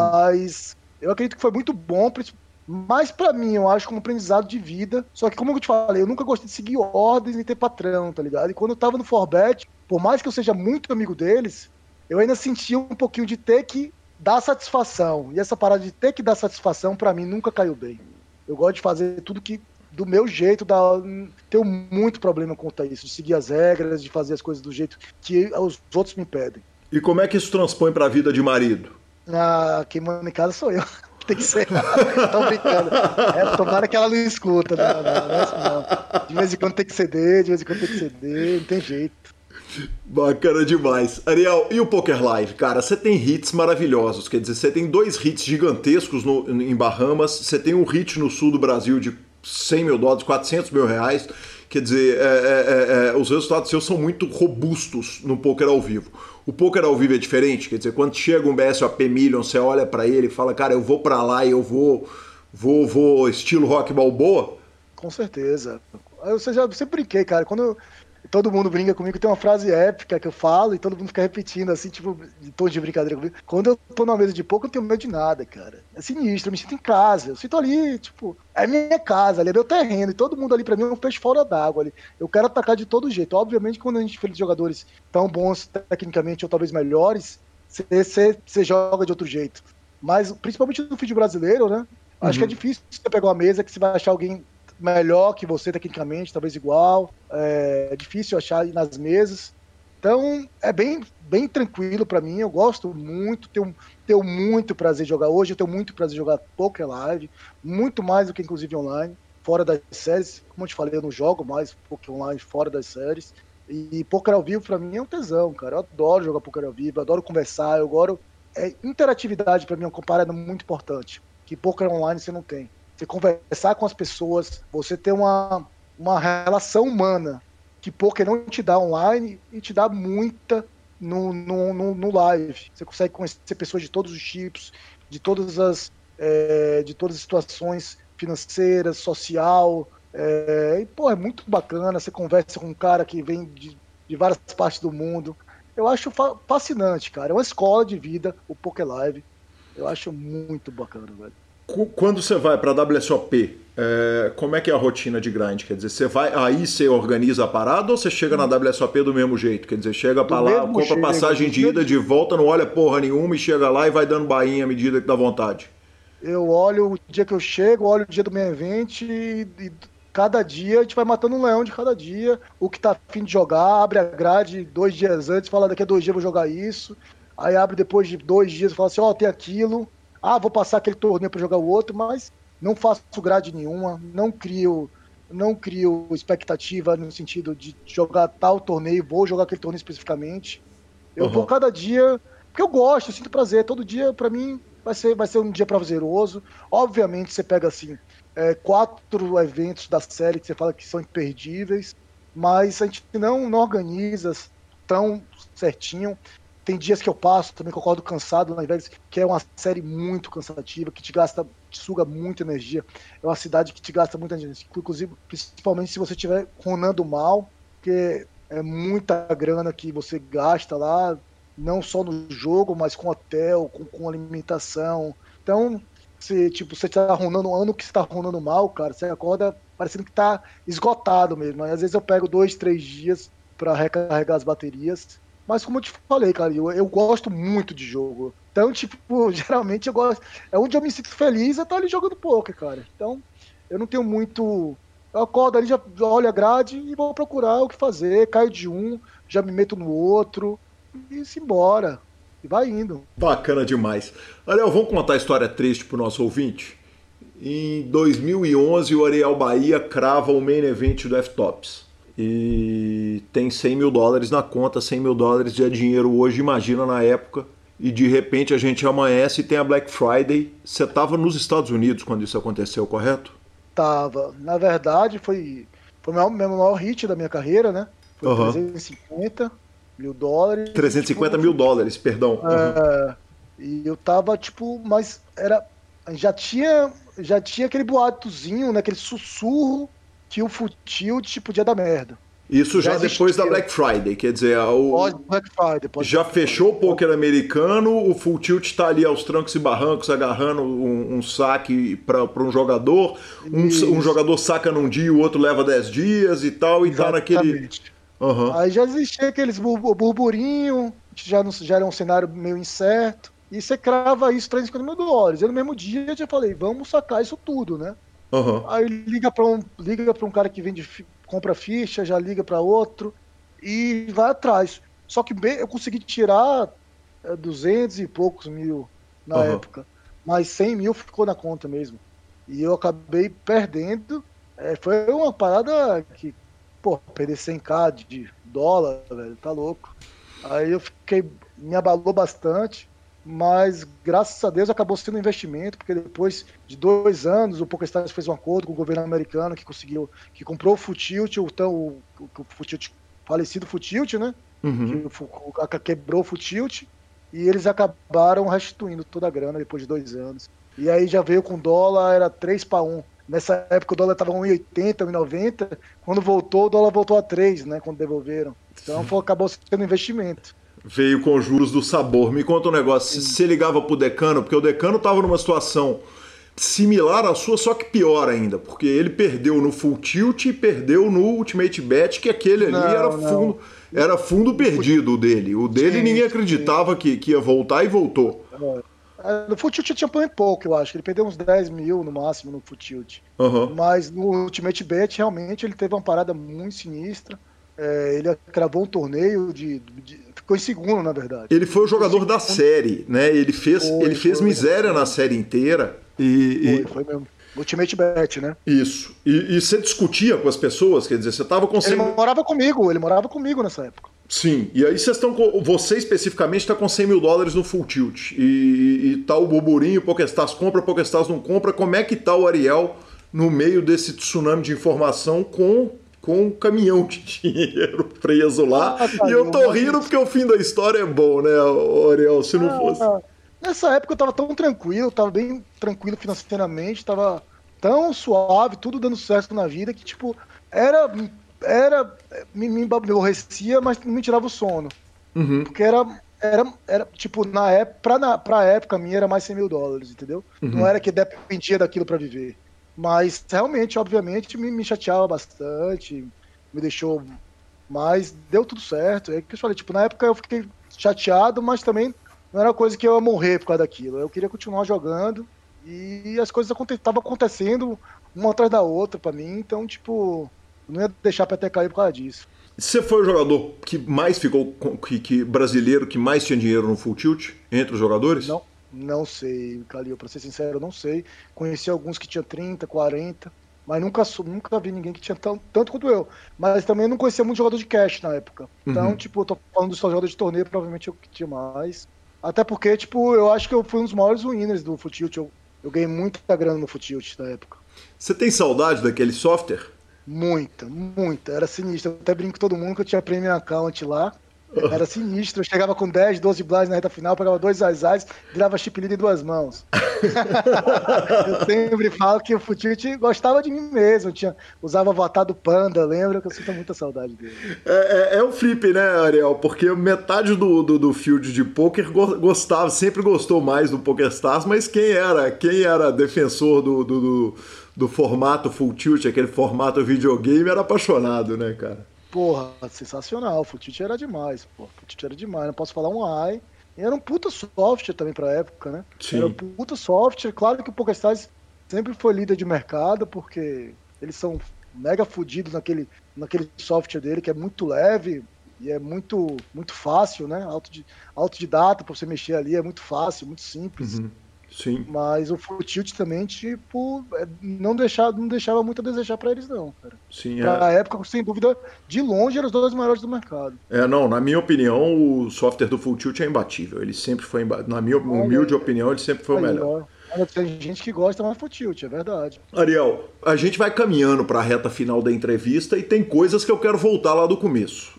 Speaker 4: mas eu acredito que foi muito bom, mais pra mim, eu acho, como aprendizado de vida. Só que, como eu te falei, eu nunca gostei de seguir ordens e ter patrão, tá ligado? E quando eu tava no Forbet, por mais que eu seja muito amigo deles, eu ainda sentia um pouquinho de ter que dar satisfação. E essa parada de ter que dar satisfação, pra mim, nunca caiu bem. Eu gosto de fazer tudo do meu jeito, tenho muito problema quanto a isso, de seguir as regras, de fazer as coisas do jeito que os outros me pedem.
Speaker 1: E como é que isso transpõe para a vida de marido?
Speaker 4: Quem manda em casa sou eu. Tem que ser. Tô brincando. Tomara que ela não escuta. Não. De vez em quando tem que ceder, não tem jeito.
Speaker 1: Bacana demais. Ariel, e o Poker Live? Cara, você tem hits maravilhosos, quer dizer, você tem 2 hits gigantescos em Bahamas, você tem um hit no sul do Brasil de 100 mil dólares, 400 mil reais, quer dizer, os resultados seus são muito robustos no poker ao vivo. O poker ao vivo é diferente, quer dizer, quando chega um BSOP Million, você olha pra ele e fala, cara, eu vou pra lá e eu vou estilo Rock Balboa?
Speaker 4: Com certeza. Eu sempre brinquei, cara, quando todo mundo brinca comigo, tem uma frase épica que eu falo e todo mundo fica repetindo, assim, tipo, de tom de brincadeira comigo. Quando eu tô numa mesa de poker, eu não tenho medo de nada, cara. É sinistro, eu me sinto em casa. Eu sinto ali, tipo, é minha casa, ali é meu terreno, e todo mundo ali pra mim é um peixe fora d'água ali. Eu quero atacar de todo jeito. Obviamente, quando a gente fala de jogadores tão bons tecnicamente ou talvez melhores, você joga de outro jeito. Mas, principalmente no feed brasileiro, né? Acho que é difícil você pegar uma mesa que você vai achar alguém melhor que você tecnicamente, talvez igual. É difícil achar nas mesas. Então, é bem tranquilo pra mim. Eu gosto muito, tenho muito prazer em jogar. Hoje eu tenho muito prazer em jogar Poker Live, muito mais do que inclusive online, fora das séries. Como eu te falei, eu não jogo mais Poker Online fora das séries. E Poker ao vivo pra mim é um tesão, cara. Eu adoro jogar Poker ao vivo, adoro conversar, interatividade pra mim é uma parada muito importante, que Poker online você não tem. Você conversar com as pessoas, você ter uma relação humana que poker não te dá online e te dá muita no live. Você consegue conhecer pessoas de todos os tipos, de todas as situações financeiras, social. É muito bacana. Você conversa com um cara que vem de várias partes do mundo. Eu acho fascinante, cara. É uma escola de vida, o Poker Live. Eu acho muito bacana, velho.
Speaker 1: Quando você vai para a WSOP, como é que é a rotina de grind? Quer dizer, você organiza a parada ou você chega na WSOP do mesmo jeito? Quer dizer, chega para lá, compra passagem de ida, de volta, não olha porra nenhuma e chega lá e vai dando bainha à medida que dá vontade?
Speaker 4: Eu olho o dia que eu chego, olho o dia do meu evento e cada dia a gente vai matando um leão de cada dia. O que tá afim de jogar, abre a grade 2 dias antes, fala daqui a 2 dias eu vou jogar isso. aí abre depois de 2 dias e fala assim, ó, tem aquilo, vou passar aquele torneio para jogar o outro, mas não faço grade nenhuma, não crio expectativa no sentido de jogar tal torneio, vou jogar aquele torneio especificamente. Eu vou cada dia, porque eu gosto, eu sinto prazer, todo dia para mim vai ser um dia prazeroso. Obviamente você pega assim, 4 eventos da série que você fala que são imperdíveis, mas a gente não organiza tão certinho. Tem dias que eu passo também que eu acordo cansado na Vegas, que é uma série muito cansativa, que te suga muita energia. É uma cidade que te gasta muita energia, inclusive, principalmente se você estiver runando mal, porque é muita grana que você gasta lá, não só no jogo, mas com hotel, com alimentação. Então, você tá runando um ano que você tá runando mal, cara, você acorda parecendo que tá esgotado mesmo. Às vezes eu pego 2, 3 dias para recarregar as baterias. Mas como eu te falei, cara, eu gosto muito de jogo. Então, geralmente eu gosto. É onde eu me sinto feliz, é estar ali jogando poker, cara. Então, eu não tenho muito. Eu acordo ali, já olho a grade e vou procurar o que fazer. Caio de um, já me meto no outro e se embora. E vai indo.
Speaker 1: Bacana demais. Ariel, vamos contar a história triste pro nosso ouvinte? Em 2011, o Ariel Bahia crava o main event do F-Tops. E tem $100 mil na conta. $100 mil é dinheiro hoje, imagina na época. E de repente a gente amanhece e tem a Black Friday. Você estava nos Estados Unidos quando isso aconteceu, correto?
Speaker 4: Tava. Na verdade, foi o meu maior hit da minha carreira, né? Foi $350 mil.
Speaker 1: $350 mil, perdão.
Speaker 4: E eu tava, mas já tinha aquele boatozinho, né? Aquele sussurro que o Full Tilt podia dar merda.
Speaker 1: Isso já depois da Black Friday, quer dizer,
Speaker 4: Black Friday,
Speaker 1: já fechou o poker americano, o Full Tilt está ali aos trancos e barrancos, agarrando um saque para um jogador, um jogador saca num dia, o outro leva 10 dias e tal, e tá naquele...
Speaker 4: Aí já existia aqueles burburinho, já era um cenário meio incerto, e você crava isso, $350 mil. Eu no mesmo dia eu já falei, vamos sacar isso tudo, né? Aí liga para um cara que compra ficha, já liga para outro e vai atrás. Só que eu consegui tirar 200 e poucos mil na época, mas 100 mil ficou na conta mesmo. E eu acabei perdendo. Foi uma parada que, perder 100k de dólar, velho, tá louco. Aí me abalou bastante. Mas, graças a Deus, acabou sendo um investimento, porque depois de 2 anos, o PokerStars fez um acordo com o governo americano que comprou o Full Tilt, o falecido Full Tilt, né? Que quebrou o Full Tilt, e eles acabaram restituindo toda a grana depois de 2 anos. E aí já veio com dólar, era 3-1. Nessa época o dólar estava 1,80, 1,90. Quando voltou, o dólar voltou a 3, né? Quando devolveram. Então acabou sendo um investimento.
Speaker 1: Veio com juros do sabor. Me conta um negócio, você ligava pro decano, porque o decano estava numa situação similar à sua, só que pior ainda, porque ele perdeu no Full Tilt e perdeu no Ultimate Bet, que aquele ali era fundo perdido o dele. O dele ninguém acreditava que ia voltar e voltou.
Speaker 4: No Full Tilt tinha pouco, eu acho. Ele perdeu uns 10 mil no máximo no Full Tilt. Mas no Ultimate Bet, realmente, ele teve uma parada muito sinistra. Ele cravou um torneio ficou em segundo, na verdade.
Speaker 1: Ele foi o jogador da série, né? Ele fez miséria na série inteira.
Speaker 4: Foi mesmo. Ultimate Bet, né?
Speaker 1: Isso. E você discutia com as pessoas? Quer dizer, você estava com...
Speaker 4: Ele morava comigo nessa época.
Speaker 1: Sim, e aí você especificamente está com $100 mil no Full Tilt. E tá o burburinho, PokerStars compra, PokerStars não compra. Como é que tá o Ariel no meio desse tsunami de informação com um caminhão de dinheiro preso lá? E eu tô rindo porque o fim da história é bom, né, Ariel? Se não fosse...
Speaker 4: Nessa época eu tava tão tranquilo, tava bem tranquilo financeiramente, tava tão suave, tudo dando certo na vida, que me aborrecia, mas não me tirava o sono. Porque era na época, pra época minha era mais $100 mil, entendeu? Não era que dependia daquilo pra viver. Mas realmente, obviamente, me chateava bastante, me deixou, mas deu tudo certo. É que eu falei, na época eu fiquei chateado, mas também não era coisa que eu ia morrer por causa daquilo. Eu queria continuar jogando e as coisas estavam acontecendo uma atrás da outra pra mim, então, não ia deixar pra ter caído por causa disso.
Speaker 1: Você foi o jogador que mais ficou, brasileiro, que mais tinha dinheiro no Full Tilt, entre os jogadores?
Speaker 4: Não sei, Calil, pra ser sincero, eu não sei. Conheci alguns que tinham 30, 40, mas nunca vi ninguém que tinha tanto quanto eu. Mas também eu não conhecia muito jogador de cash na época. Então, tipo, eu tô falando dos jogadores de torneio, provavelmente eu que tinha mais. Até porque, tipo, eu acho que eu fui um dos maiores winners do Full Tilt. Eu ganhei muita grana no Full Tilt na época.
Speaker 1: Você tem saudade daquele software?
Speaker 4: Muita. Era sinistro. Eu até brinco com todo mundo que eu tinha premium account lá. Era sinistro. Eu chegava com 10, 12 blinds na reta final, pegava 2 azais, virava chip lead em 2 mãos. Eu sempre falo que o Futility gostava de mim mesmo. Usava o avatar do Panda, lembra? Que eu sinto muita saudade dele.
Speaker 1: É o flip, né, Ariel? Porque metade do field de poker sempre gostou mais do PokerStars, mas quem era defensor do formato Full Tilt, aquele formato videogame, era apaixonado, né, cara?
Speaker 4: Porra, sensacional. O Full Tilt era demais, pô. Full Tilt era demais, não posso falar um ai. E era um puta software também pra época, né?
Speaker 1: Sim.
Speaker 4: Era um puta software. Claro que o PokerStars sempre foi líder de mercado, porque eles são mega fodidos naquele software dele, que é muito leve e é muito fácil, né? Autodidata pra você mexer ali, é muito fácil, muito simples.
Speaker 1: Uhum. Sim.
Speaker 4: Mas o Full Tilt também, tipo, não deixava muito a desejar pra eles, não, cara.
Speaker 1: Sim,
Speaker 4: pra época, sem dúvida, de longe, eram os dois maiores do mercado.
Speaker 1: Não, na minha opinião, o software do Full Tilt é imbatível. Ele sempre foi, na minha humilde opinião, ele sempre foi o melhor.
Speaker 4: Tem gente que gosta mais do Full Tilt, é verdade.
Speaker 1: Ariel, a gente vai caminhando para a reta final da entrevista e tem coisas que eu quero voltar lá do começo.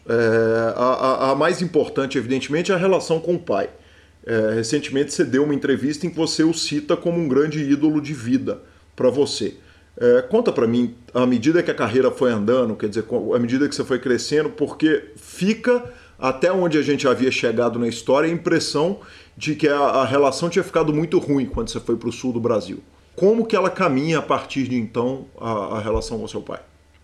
Speaker 1: A mais importante, evidentemente, é a relação com o pai. Recentemente você deu uma entrevista em que você o cita como um grande ídolo de vida para você. Conta para mim, à medida que a carreira foi andando, quer dizer, à medida que você foi crescendo, porque fica, até onde a gente havia chegado na história, a impressão de que a relação tinha ficado muito ruim quando você foi para o sul do Brasil. Como que ela caminha a partir de então, a relação com seu pai?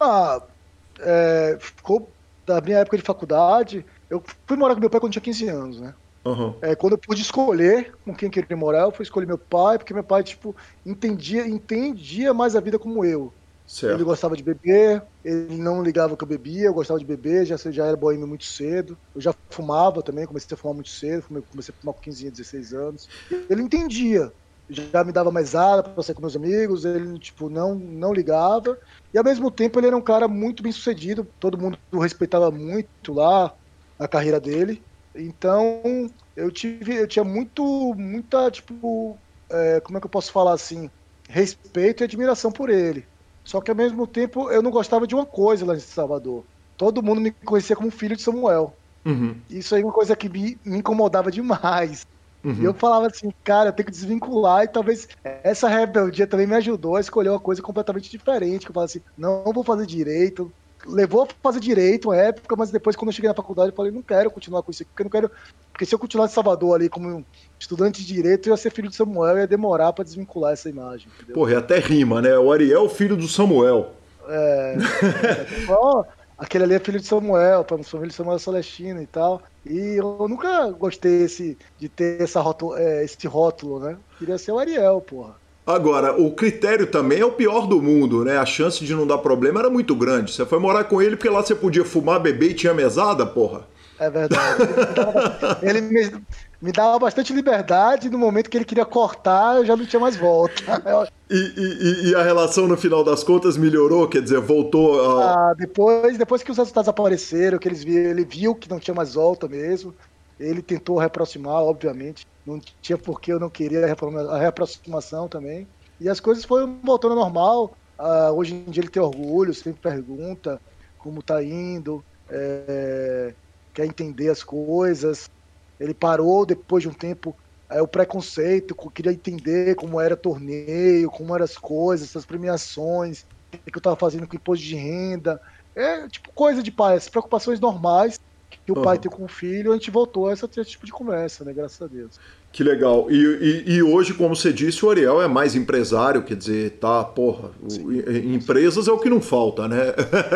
Speaker 4: Ficou da minha época de faculdade. Eu fui morar com meu pai quando tinha 15 anos, né?
Speaker 1: Uhum.
Speaker 4: Quando eu pude escolher com quem queria morar, eu fui escolher meu pai, porque meu pai, tipo, entendia mais a vida como eu.
Speaker 1: Certo.
Speaker 4: Ele gostava de beber, ele não ligava que eu bebia, eu gostava de beber, já era boêmio muito cedo. Eu já fumava também, comecei a fumar muito cedo, comecei a fumar com 15, 16 anos. Ele entendia, já me dava mais área pra sair com meus amigos, ele, tipo, não ligava. E ao mesmo tempo ele era um cara muito bem sucedido, todo mundo respeitava muito lá a carreira dele. Então, eu tinha muita, tipo, como é que eu posso falar assim, respeito e admiração por ele. Só que, ao mesmo tempo, eu não gostava de uma coisa lá em Salvador. Todo mundo me conhecia como filho de Samuel.
Speaker 1: Uhum.
Speaker 4: Isso aí é uma coisa que me incomodava demais.
Speaker 1: Uhum.
Speaker 4: E eu falava assim, cara, eu tenho que desvincular, e talvez essa rebeldia também me ajudou a escolher uma coisa completamente diferente, que eu falava assim, não vou fazer direito. Levou a fazer direito uma época, mas depois, quando eu cheguei na faculdade, eu falei, não quero continuar com isso aqui, porque se eu continuar em Salvador ali como estudante de direito, eu ia ser filho de Samuel e ia demorar pra desvincular essa imagem. Entendeu?
Speaker 1: Porra, até rima, né? O Ariel, filho do Samuel.
Speaker 4: Aquele ali é filho de Samuel, filho de Samuel Celestino e tal. E eu nunca gostei de ter esse rótulo, né? Queria ser o Ariel, porra.
Speaker 1: Agora, o critério também é o pior do mundo, né? A chance de não dar problema era muito grande. Você foi morar com ele porque lá você podia fumar, beber e tinha mesada, porra?
Speaker 4: É verdade. Ele me dava bastante liberdade. No momento que ele queria cortar, eu já não tinha mais volta.
Speaker 1: E a relação, no final das contas, melhorou? Quer dizer, voltou a...
Speaker 4: Depois que os resultados apareceram, que ele viu que não tinha mais volta mesmo, ele tentou reaproximar, obviamente. Não tinha por que eu não queria a reaproximação também. E as coisas foram voltando ao normal. Hoje em dia ele tem orgulho, sempre pergunta como tá indo, quer entender as coisas. Ele parou depois de um tempo, o preconceito, queria entender como era torneio, como eram as coisas, essas premiações, o que eu tava fazendo com imposto de renda. Tipo coisa de pai, essas preocupações normais que o pai tem com o filho. A gente voltou a esse tipo de conversa, né? Graças a Deus.
Speaker 1: Que legal. E hoje, como você disse, o Ariel é mais empresário, quer dizer, tá, porra, empresas é o que não falta, né?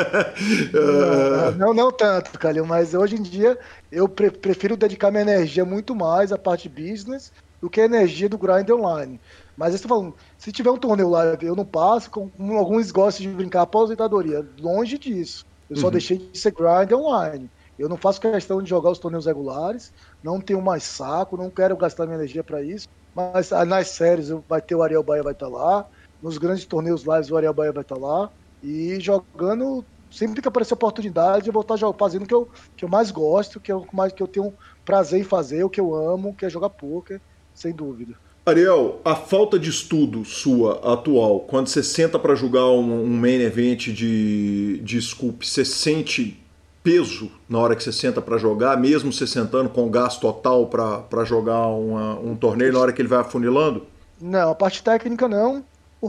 Speaker 4: Não tanto, Calil, mas hoje em dia eu prefiro dedicar minha energia muito mais à parte business do que a energia do grind online. Mas eu estou falando, se tiver um torneio live, eu não passo, como alguns gostam de brincar, aposentadoria, longe disso. Eu só deixei de ser grind online. Eu não faço questão de jogar os torneios regulares, não tenho mais saco, não quero gastar minha energia para isso. Mas nas séries vai ter o Ariel Bahia vai estar lá, nos grandes torneios lives o Ariel Bahia vai estar lá, e jogando, sempre que aparecer oportunidade, eu vou estar fazendo o que eu mais gosto, que eu tenho prazer em fazer, o que eu amo, que é jogar poker, sem dúvida.
Speaker 1: Ariel, a falta de estudo sua atual, quando você senta para jogar um main event de Scoop, você sente peso na hora que você senta para jogar, mesmo você sentando com gás total para jogar um torneio na hora que ele vai afunilando?
Speaker 4: Não, a parte técnica não,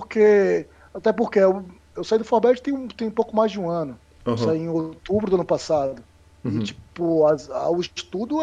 Speaker 4: até porque eu saí do Forbet tem um pouco mais de um ano. Eu saí em outubro do ano passado. E tipo, o estudo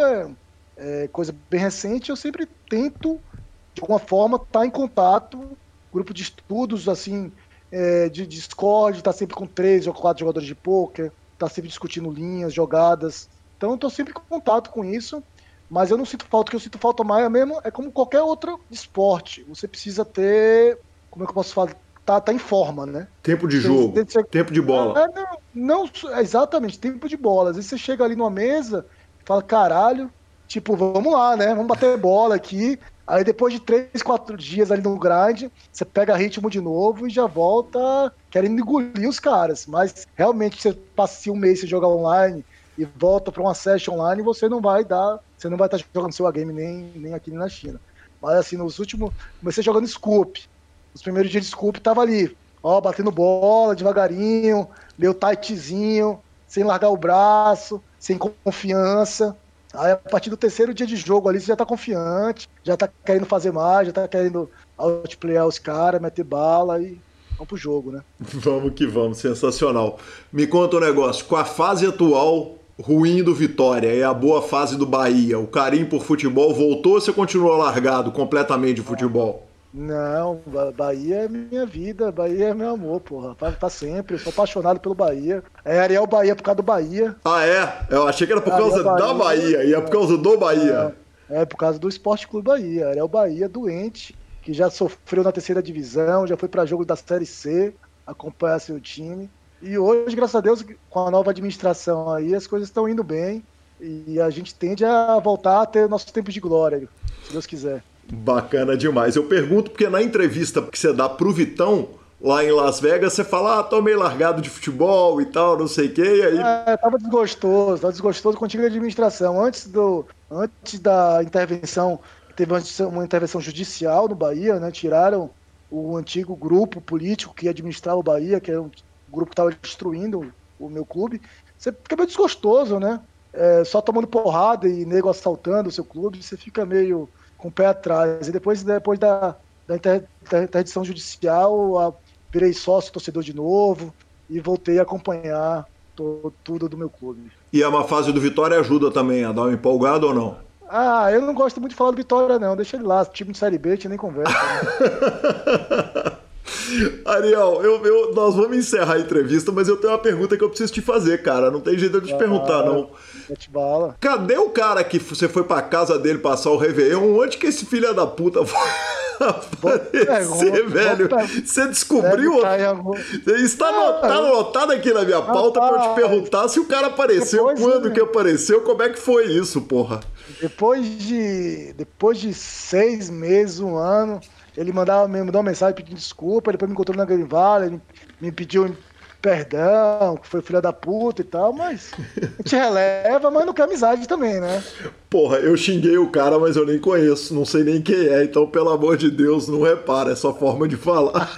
Speaker 4: é coisa bem recente, eu sempre tento de alguma forma estar em contato, grupo de estudos assim, de Discord, estar sempre com 3 ou 4 jogadores de poker, tá sempre discutindo linhas, jogadas. Então eu tô sempre em contato com isso, mas eu não sinto falta. O que eu sinto falta mais é como qualquer outro esporte. Você precisa ter, como é que eu posso falar? Tá em forma, né?
Speaker 1: Tempo de jogo, tempo de bola.
Speaker 4: Não, exatamente, tempo de bola. Às vezes você chega ali numa mesa e fala, caralho, tipo, vamos lá, né? Vamos bater bola aqui. Aí depois de 3, 4 dias ali no grind, você pega ritmo de novo e já volta querendo engolir os caras. Mas realmente você passa um mês sem jogar online e volta para uma session online, você não vai estar jogando seu game nem aqui nem na China. Mas assim, comecei jogando Scoop. Nos primeiros dias de Scoop tava ali, batendo bola devagarinho, meio tightzinho, sem largar o braço, sem confiança. Aí a partir do 3º dia de jogo ali você já tá confiante, já tá querendo fazer mais, já tá querendo outplayar os caras, meter bala e vamos pro jogo, né?
Speaker 1: Vamos que vamos, sensacional. Me conta um negócio, com a fase atual ruim do Vitória e a boa fase do Bahia, o carinho por futebol voltou ou você continua largado completamente de futebol?
Speaker 4: Não, Bahia é minha vida, Bahia é meu amor, porra. Tá sempre, eu sou apaixonado pelo Bahia. É Ariel Bahia por causa do Bahia.
Speaker 1: Ah, é? Eu achei que era por causa da Bahia, e é por causa do Bahia.
Speaker 4: É por causa do Esporte Clube Bahia. Ariel Bahia, doente, que já sofreu na 3ª divisão, já foi pra jogo da Série C, acompanhar seu time. E hoje, graças a Deus, com a nova administração aí, as coisas estão indo bem e a gente tende a voltar a ter nossos tempos de glória, se Deus quiser.
Speaker 1: Bacana demais. Eu pergunto porque na entrevista que você dá pro Vitão, lá em Las Vegas, você fala, tô meio largado de futebol e tal, não sei o que, e aí...
Speaker 4: Tava desgostoso com a antiga administração. Antes da intervenção, teve uma intervenção judicial no Bahia, né? Tiraram o antigo grupo político que administrava o Bahia, que era um grupo que estava destruindo o meu clube. Você fica meio desgostoso, né? Só tomando porrada e nego assaltando o seu clube, você fica meio com o pé atrás. E depois da interdição judicial, virei sócio torcedor de novo e voltei a acompanhar tudo do meu clube.
Speaker 1: E a má fase do Vitória ajuda também a dar uma empolgada ou não?
Speaker 4: Eu não gosto muito de falar do Vitória, não. Deixa ele lá, time de Série B, a gente nem conversa. Né?
Speaker 1: Ariel, nós vamos encerrar a entrevista, mas eu tenho uma pergunta que eu preciso te fazer, cara. Não tem jeito de eu te perguntar, não.
Speaker 4: Bala.
Speaker 1: Cadê o cara que você foi pra casa dele passar o Réveillon? Onde que esse filho da puta foi aparecer, velho? Você descobriu? Está anotado aqui na minha pauta pra eu te perguntar se o cara apareceu, quando que apareceu, como é que foi isso, porra?
Speaker 4: Depois de 6 meses, 1 ano, ele me mandou uma mensagem pedindo desculpa, depois me encontrou na Green Valley, ele me pediu perdão, que foi filha da puta e tal, mas a gente releva, mas não quer amizade também, né?
Speaker 1: Porra, eu xinguei o cara, mas eu nem conheço, não sei nem quem é, então pelo amor de Deus, não repara essa forma de falar.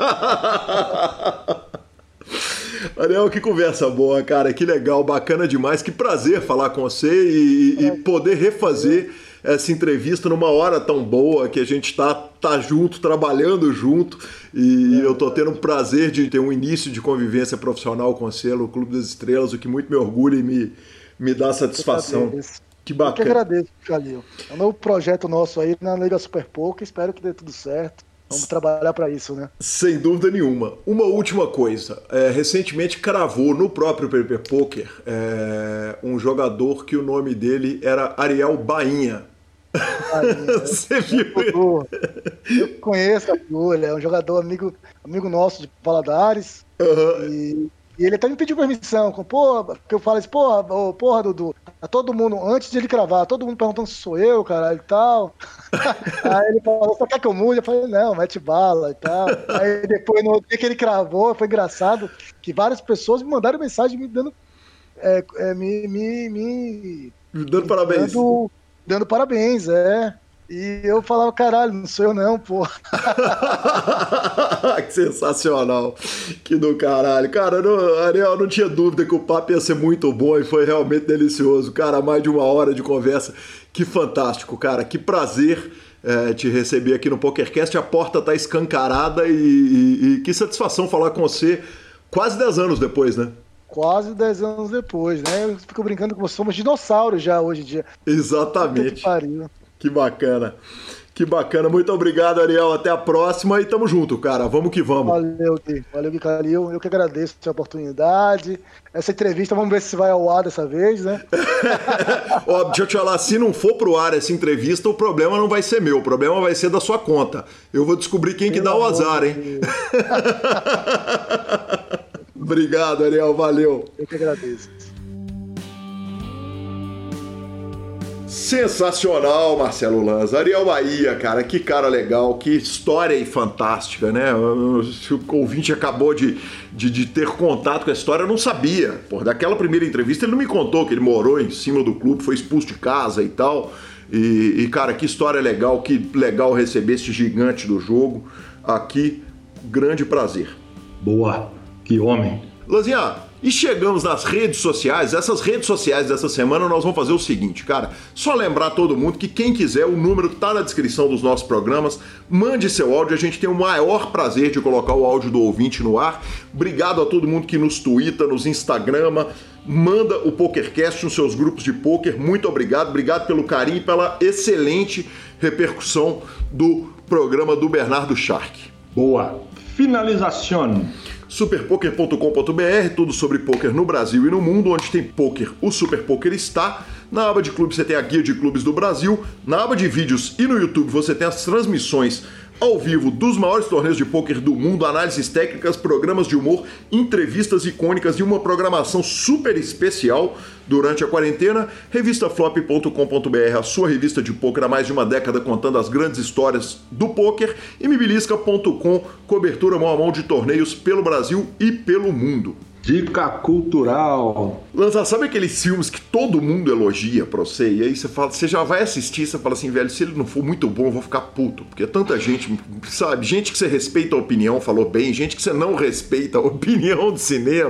Speaker 1: Ariel, que conversa boa, cara, que legal, bacana demais, que prazer falar com você e poder refazer essa entrevista numa hora tão boa que a gente tá junto, trabalhando junto, e eu tô tendo um prazer de ter um início de convivência profissional com você no Clube das Estrelas, o que muito me orgulha e me dá satisfação. Que bacana.
Speaker 4: Eu que agradeço, Calil. É um novo projeto nosso aí na Liga Super Poker, espero que dê tudo certo. Vamos trabalhar para isso, né?
Speaker 1: Sem dúvida nenhuma. Uma última coisa. Recentemente cravou no próprio Paper Poker um jogador que o nome dele era Ariel Bainha. Você viu?
Speaker 4: Eu conheço a figura, é um jogador amigo nosso de Valadares.
Speaker 1: Uhum.
Speaker 4: E E ele até me pediu permissão, porque eu falei assim, porra, Dudu, todo mundo, antes de ele cravar, todo mundo perguntando se sou eu, caralho, e tal. Aí ele falou, você quer que eu mude? Eu falei, não, mete bala e tal. Aí depois, no dia que ele cravou, foi engraçado, que várias pessoas me mandaram mensagem me dando,
Speaker 1: dando parabéns.
Speaker 4: Dando parabéns, E eu falava, caralho, não sou eu não, pô.
Speaker 1: Que sensacional. Que do caralho. Cara, Ariel, não tinha dúvida que o papo ia ser muito bom e foi realmente delicioso. Cara, mais de 1 hora de conversa. Que fantástico, cara. Que prazer te receber aqui no PokerCast. A porta tá escancarada e que satisfação falar com você quase 10 anos depois, né?
Speaker 4: Quase 10 anos depois, né? Eu fico brincando que somos dinossauros já hoje em dia.
Speaker 1: Exatamente.
Speaker 4: Que pariu.
Speaker 1: Que bacana. Que bacana. Muito obrigado, Ariel. Até a próxima e tamo junto, cara. Vamos que vamos.
Speaker 4: Valeu, Gui. Valeu, Gui Calil. Eu que agradeço a oportunidade. Essa entrevista, vamos ver se vai ao ar dessa vez, né?
Speaker 1: Ó, deixa eu te falar, se não for pro ar essa entrevista, o problema não vai ser meu. O problema vai ser da sua conta. Eu vou descobrir quem que dá o azar, hein? Obrigado, Ariel. Valeu.
Speaker 4: Eu que agradeço.
Speaker 1: Sensacional, Marcelo Lanza. Ariel Bahia, cara, que cara legal, que história fantástica, né? O ouvinte acabou de ter contato com a história, eu não sabia. Pô, daquela primeira entrevista ele não me contou que ele morou em cima do clube, foi expulso de casa e tal. E cara, que história legal, que legal receber esse gigante do jogo aqui. Grande prazer.
Speaker 2: Boa, que homem.
Speaker 1: Lanzinha, e chegamos nas redes sociais. Essas redes sociais dessa semana nós vamos fazer o seguinte, cara. Só lembrar todo mundo que quem quiser, o número tá na descrição dos nossos programas. Mande seu áudio, a gente tem o maior prazer de colocar o áudio do ouvinte no ar. Obrigado a todo mundo que nos twitta, nos instagrama, manda o PokerCast nos seus grupos de poker. Muito obrigado, obrigado pelo carinho e pela excelente repercussão do programa do Bernardo Shark.
Speaker 2: Boa. Finalização.
Speaker 1: Superpoker.com.br, tudo sobre poker no Brasil e no mundo. Onde tem poker, o Super Poker está. Na aba de clubes você tem a guia de clubes do Brasil. Na aba de vídeos e no YouTube você tem as transmissões ao vivo dos maiores torneios de poker do mundo, análises técnicas, programas de humor, entrevistas icônicas e uma programação super especial durante a quarentena. Revistaflop.com.br, a sua revista de poker há mais de uma década contando as grandes histórias do poker. E mibilisca.com, cobertura mão a mão de torneios pelo Brasil e pelo mundo.
Speaker 2: Dica cultural.
Speaker 1: Lanza, sabe aqueles filmes que todo mundo elogia pra você? E aí você fala, você já vai assistir, você fala assim, velho, se ele não for muito bom, eu vou ficar puto. Porque tanta gente, sabe, gente que você respeita a opinião falou bem, gente que você não respeita a opinião de cinema.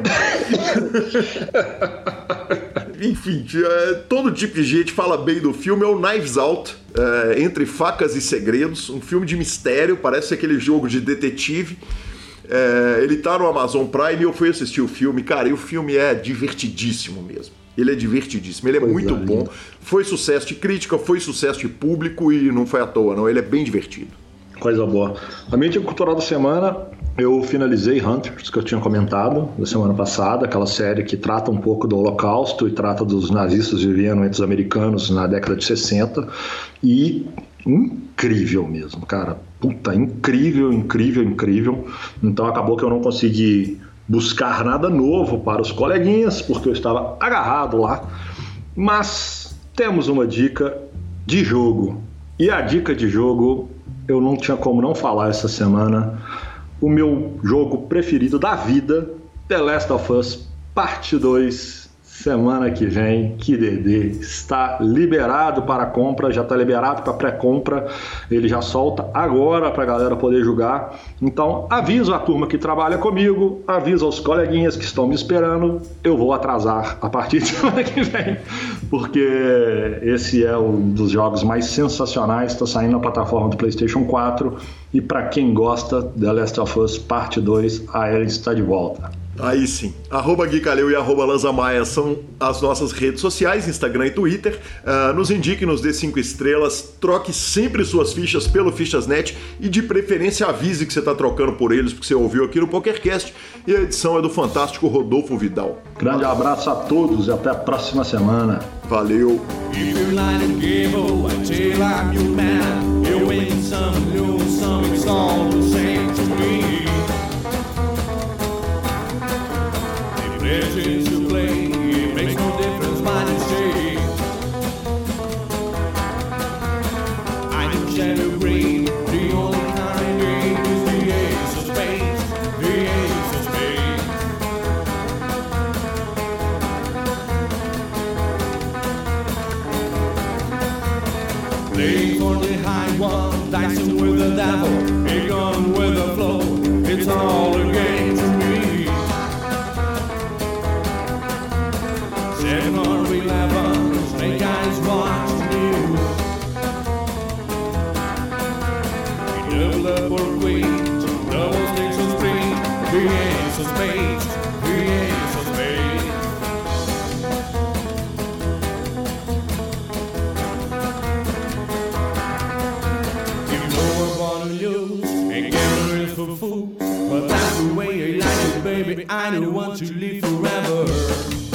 Speaker 1: Enfim, todo tipo de gente fala bem do filme. É o Knives Out, Entre Facas e Segredos, um filme de mistério, parece aquele jogo de detetive. Ele tá no Amazon Prime e eu fui assistir o filme, cara, e o filme é divertidíssimo mesmo. Ele é divertidíssimo, ele é muito bom. Foi sucesso de crítica, foi sucesso de público e não foi à toa, não. Ele é bem divertido.
Speaker 2: Coisa boa. A minha dica cultural da semana, eu finalizei Hunters, que eu tinha comentado na semana passada, aquela série que trata um pouco do Holocausto e trata dos nazistas vivendo entre os americanos na década de 60. E incrível mesmo, cara. Puta, incrível. Então acabou que eu não consegui buscar nada novo para os coleguinhas, porque eu estava agarrado lá. Mas temos uma dica de jogo. E a dica de jogo, eu não tinha como não falar essa semana. O meu jogo preferido da vida, The Last of Us Parte 2. Semana que vem, QDD está liberado para compra, já está liberado para pré-compra, ele já solta agora para a galera poder jogar. Então aviso a turma que trabalha comigo, aviso aos coleguinhas que estão me esperando, eu vou atrasar a partir de semana que vem, porque esse é um dos jogos mais sensacionais, está saindo na plataforma do PlayStation 4 e para quem gosta, The Last of Us Parte 2, a Ellen está de volta.
Speaker 1: Aí sim, @Gui Calil e @Lanza Maia são as nossas redes sociais, Instagram e Twitter. Nos indique, nos dê 5 estrelas, troque sempre suas fichas pelo Fichas.net e de preferência avise que você está trocando por eles, porque você ouviu aqui no PokerCast, e a edição é do fantástico Rodolfo Vidal.
Speaker 2: Grande abraço a todos e até a próxima semana.
Speaker 1: Valeu!
Speaker 5: legends to play. It makes no difference what you say. I do shadow green. The only kind game is the ace of spades. The ace of spades. Playing for the high one, dicing with the devil, a gun with a flow. It's all a game to me. 7 or 11, snake eyes watch the news. We double up or queens, double sticks of spring, the ace of spades, the ace of spades. You know we're born to lose, and gambler is for fools. But that's the way I like it, baby. I don't want to live forever.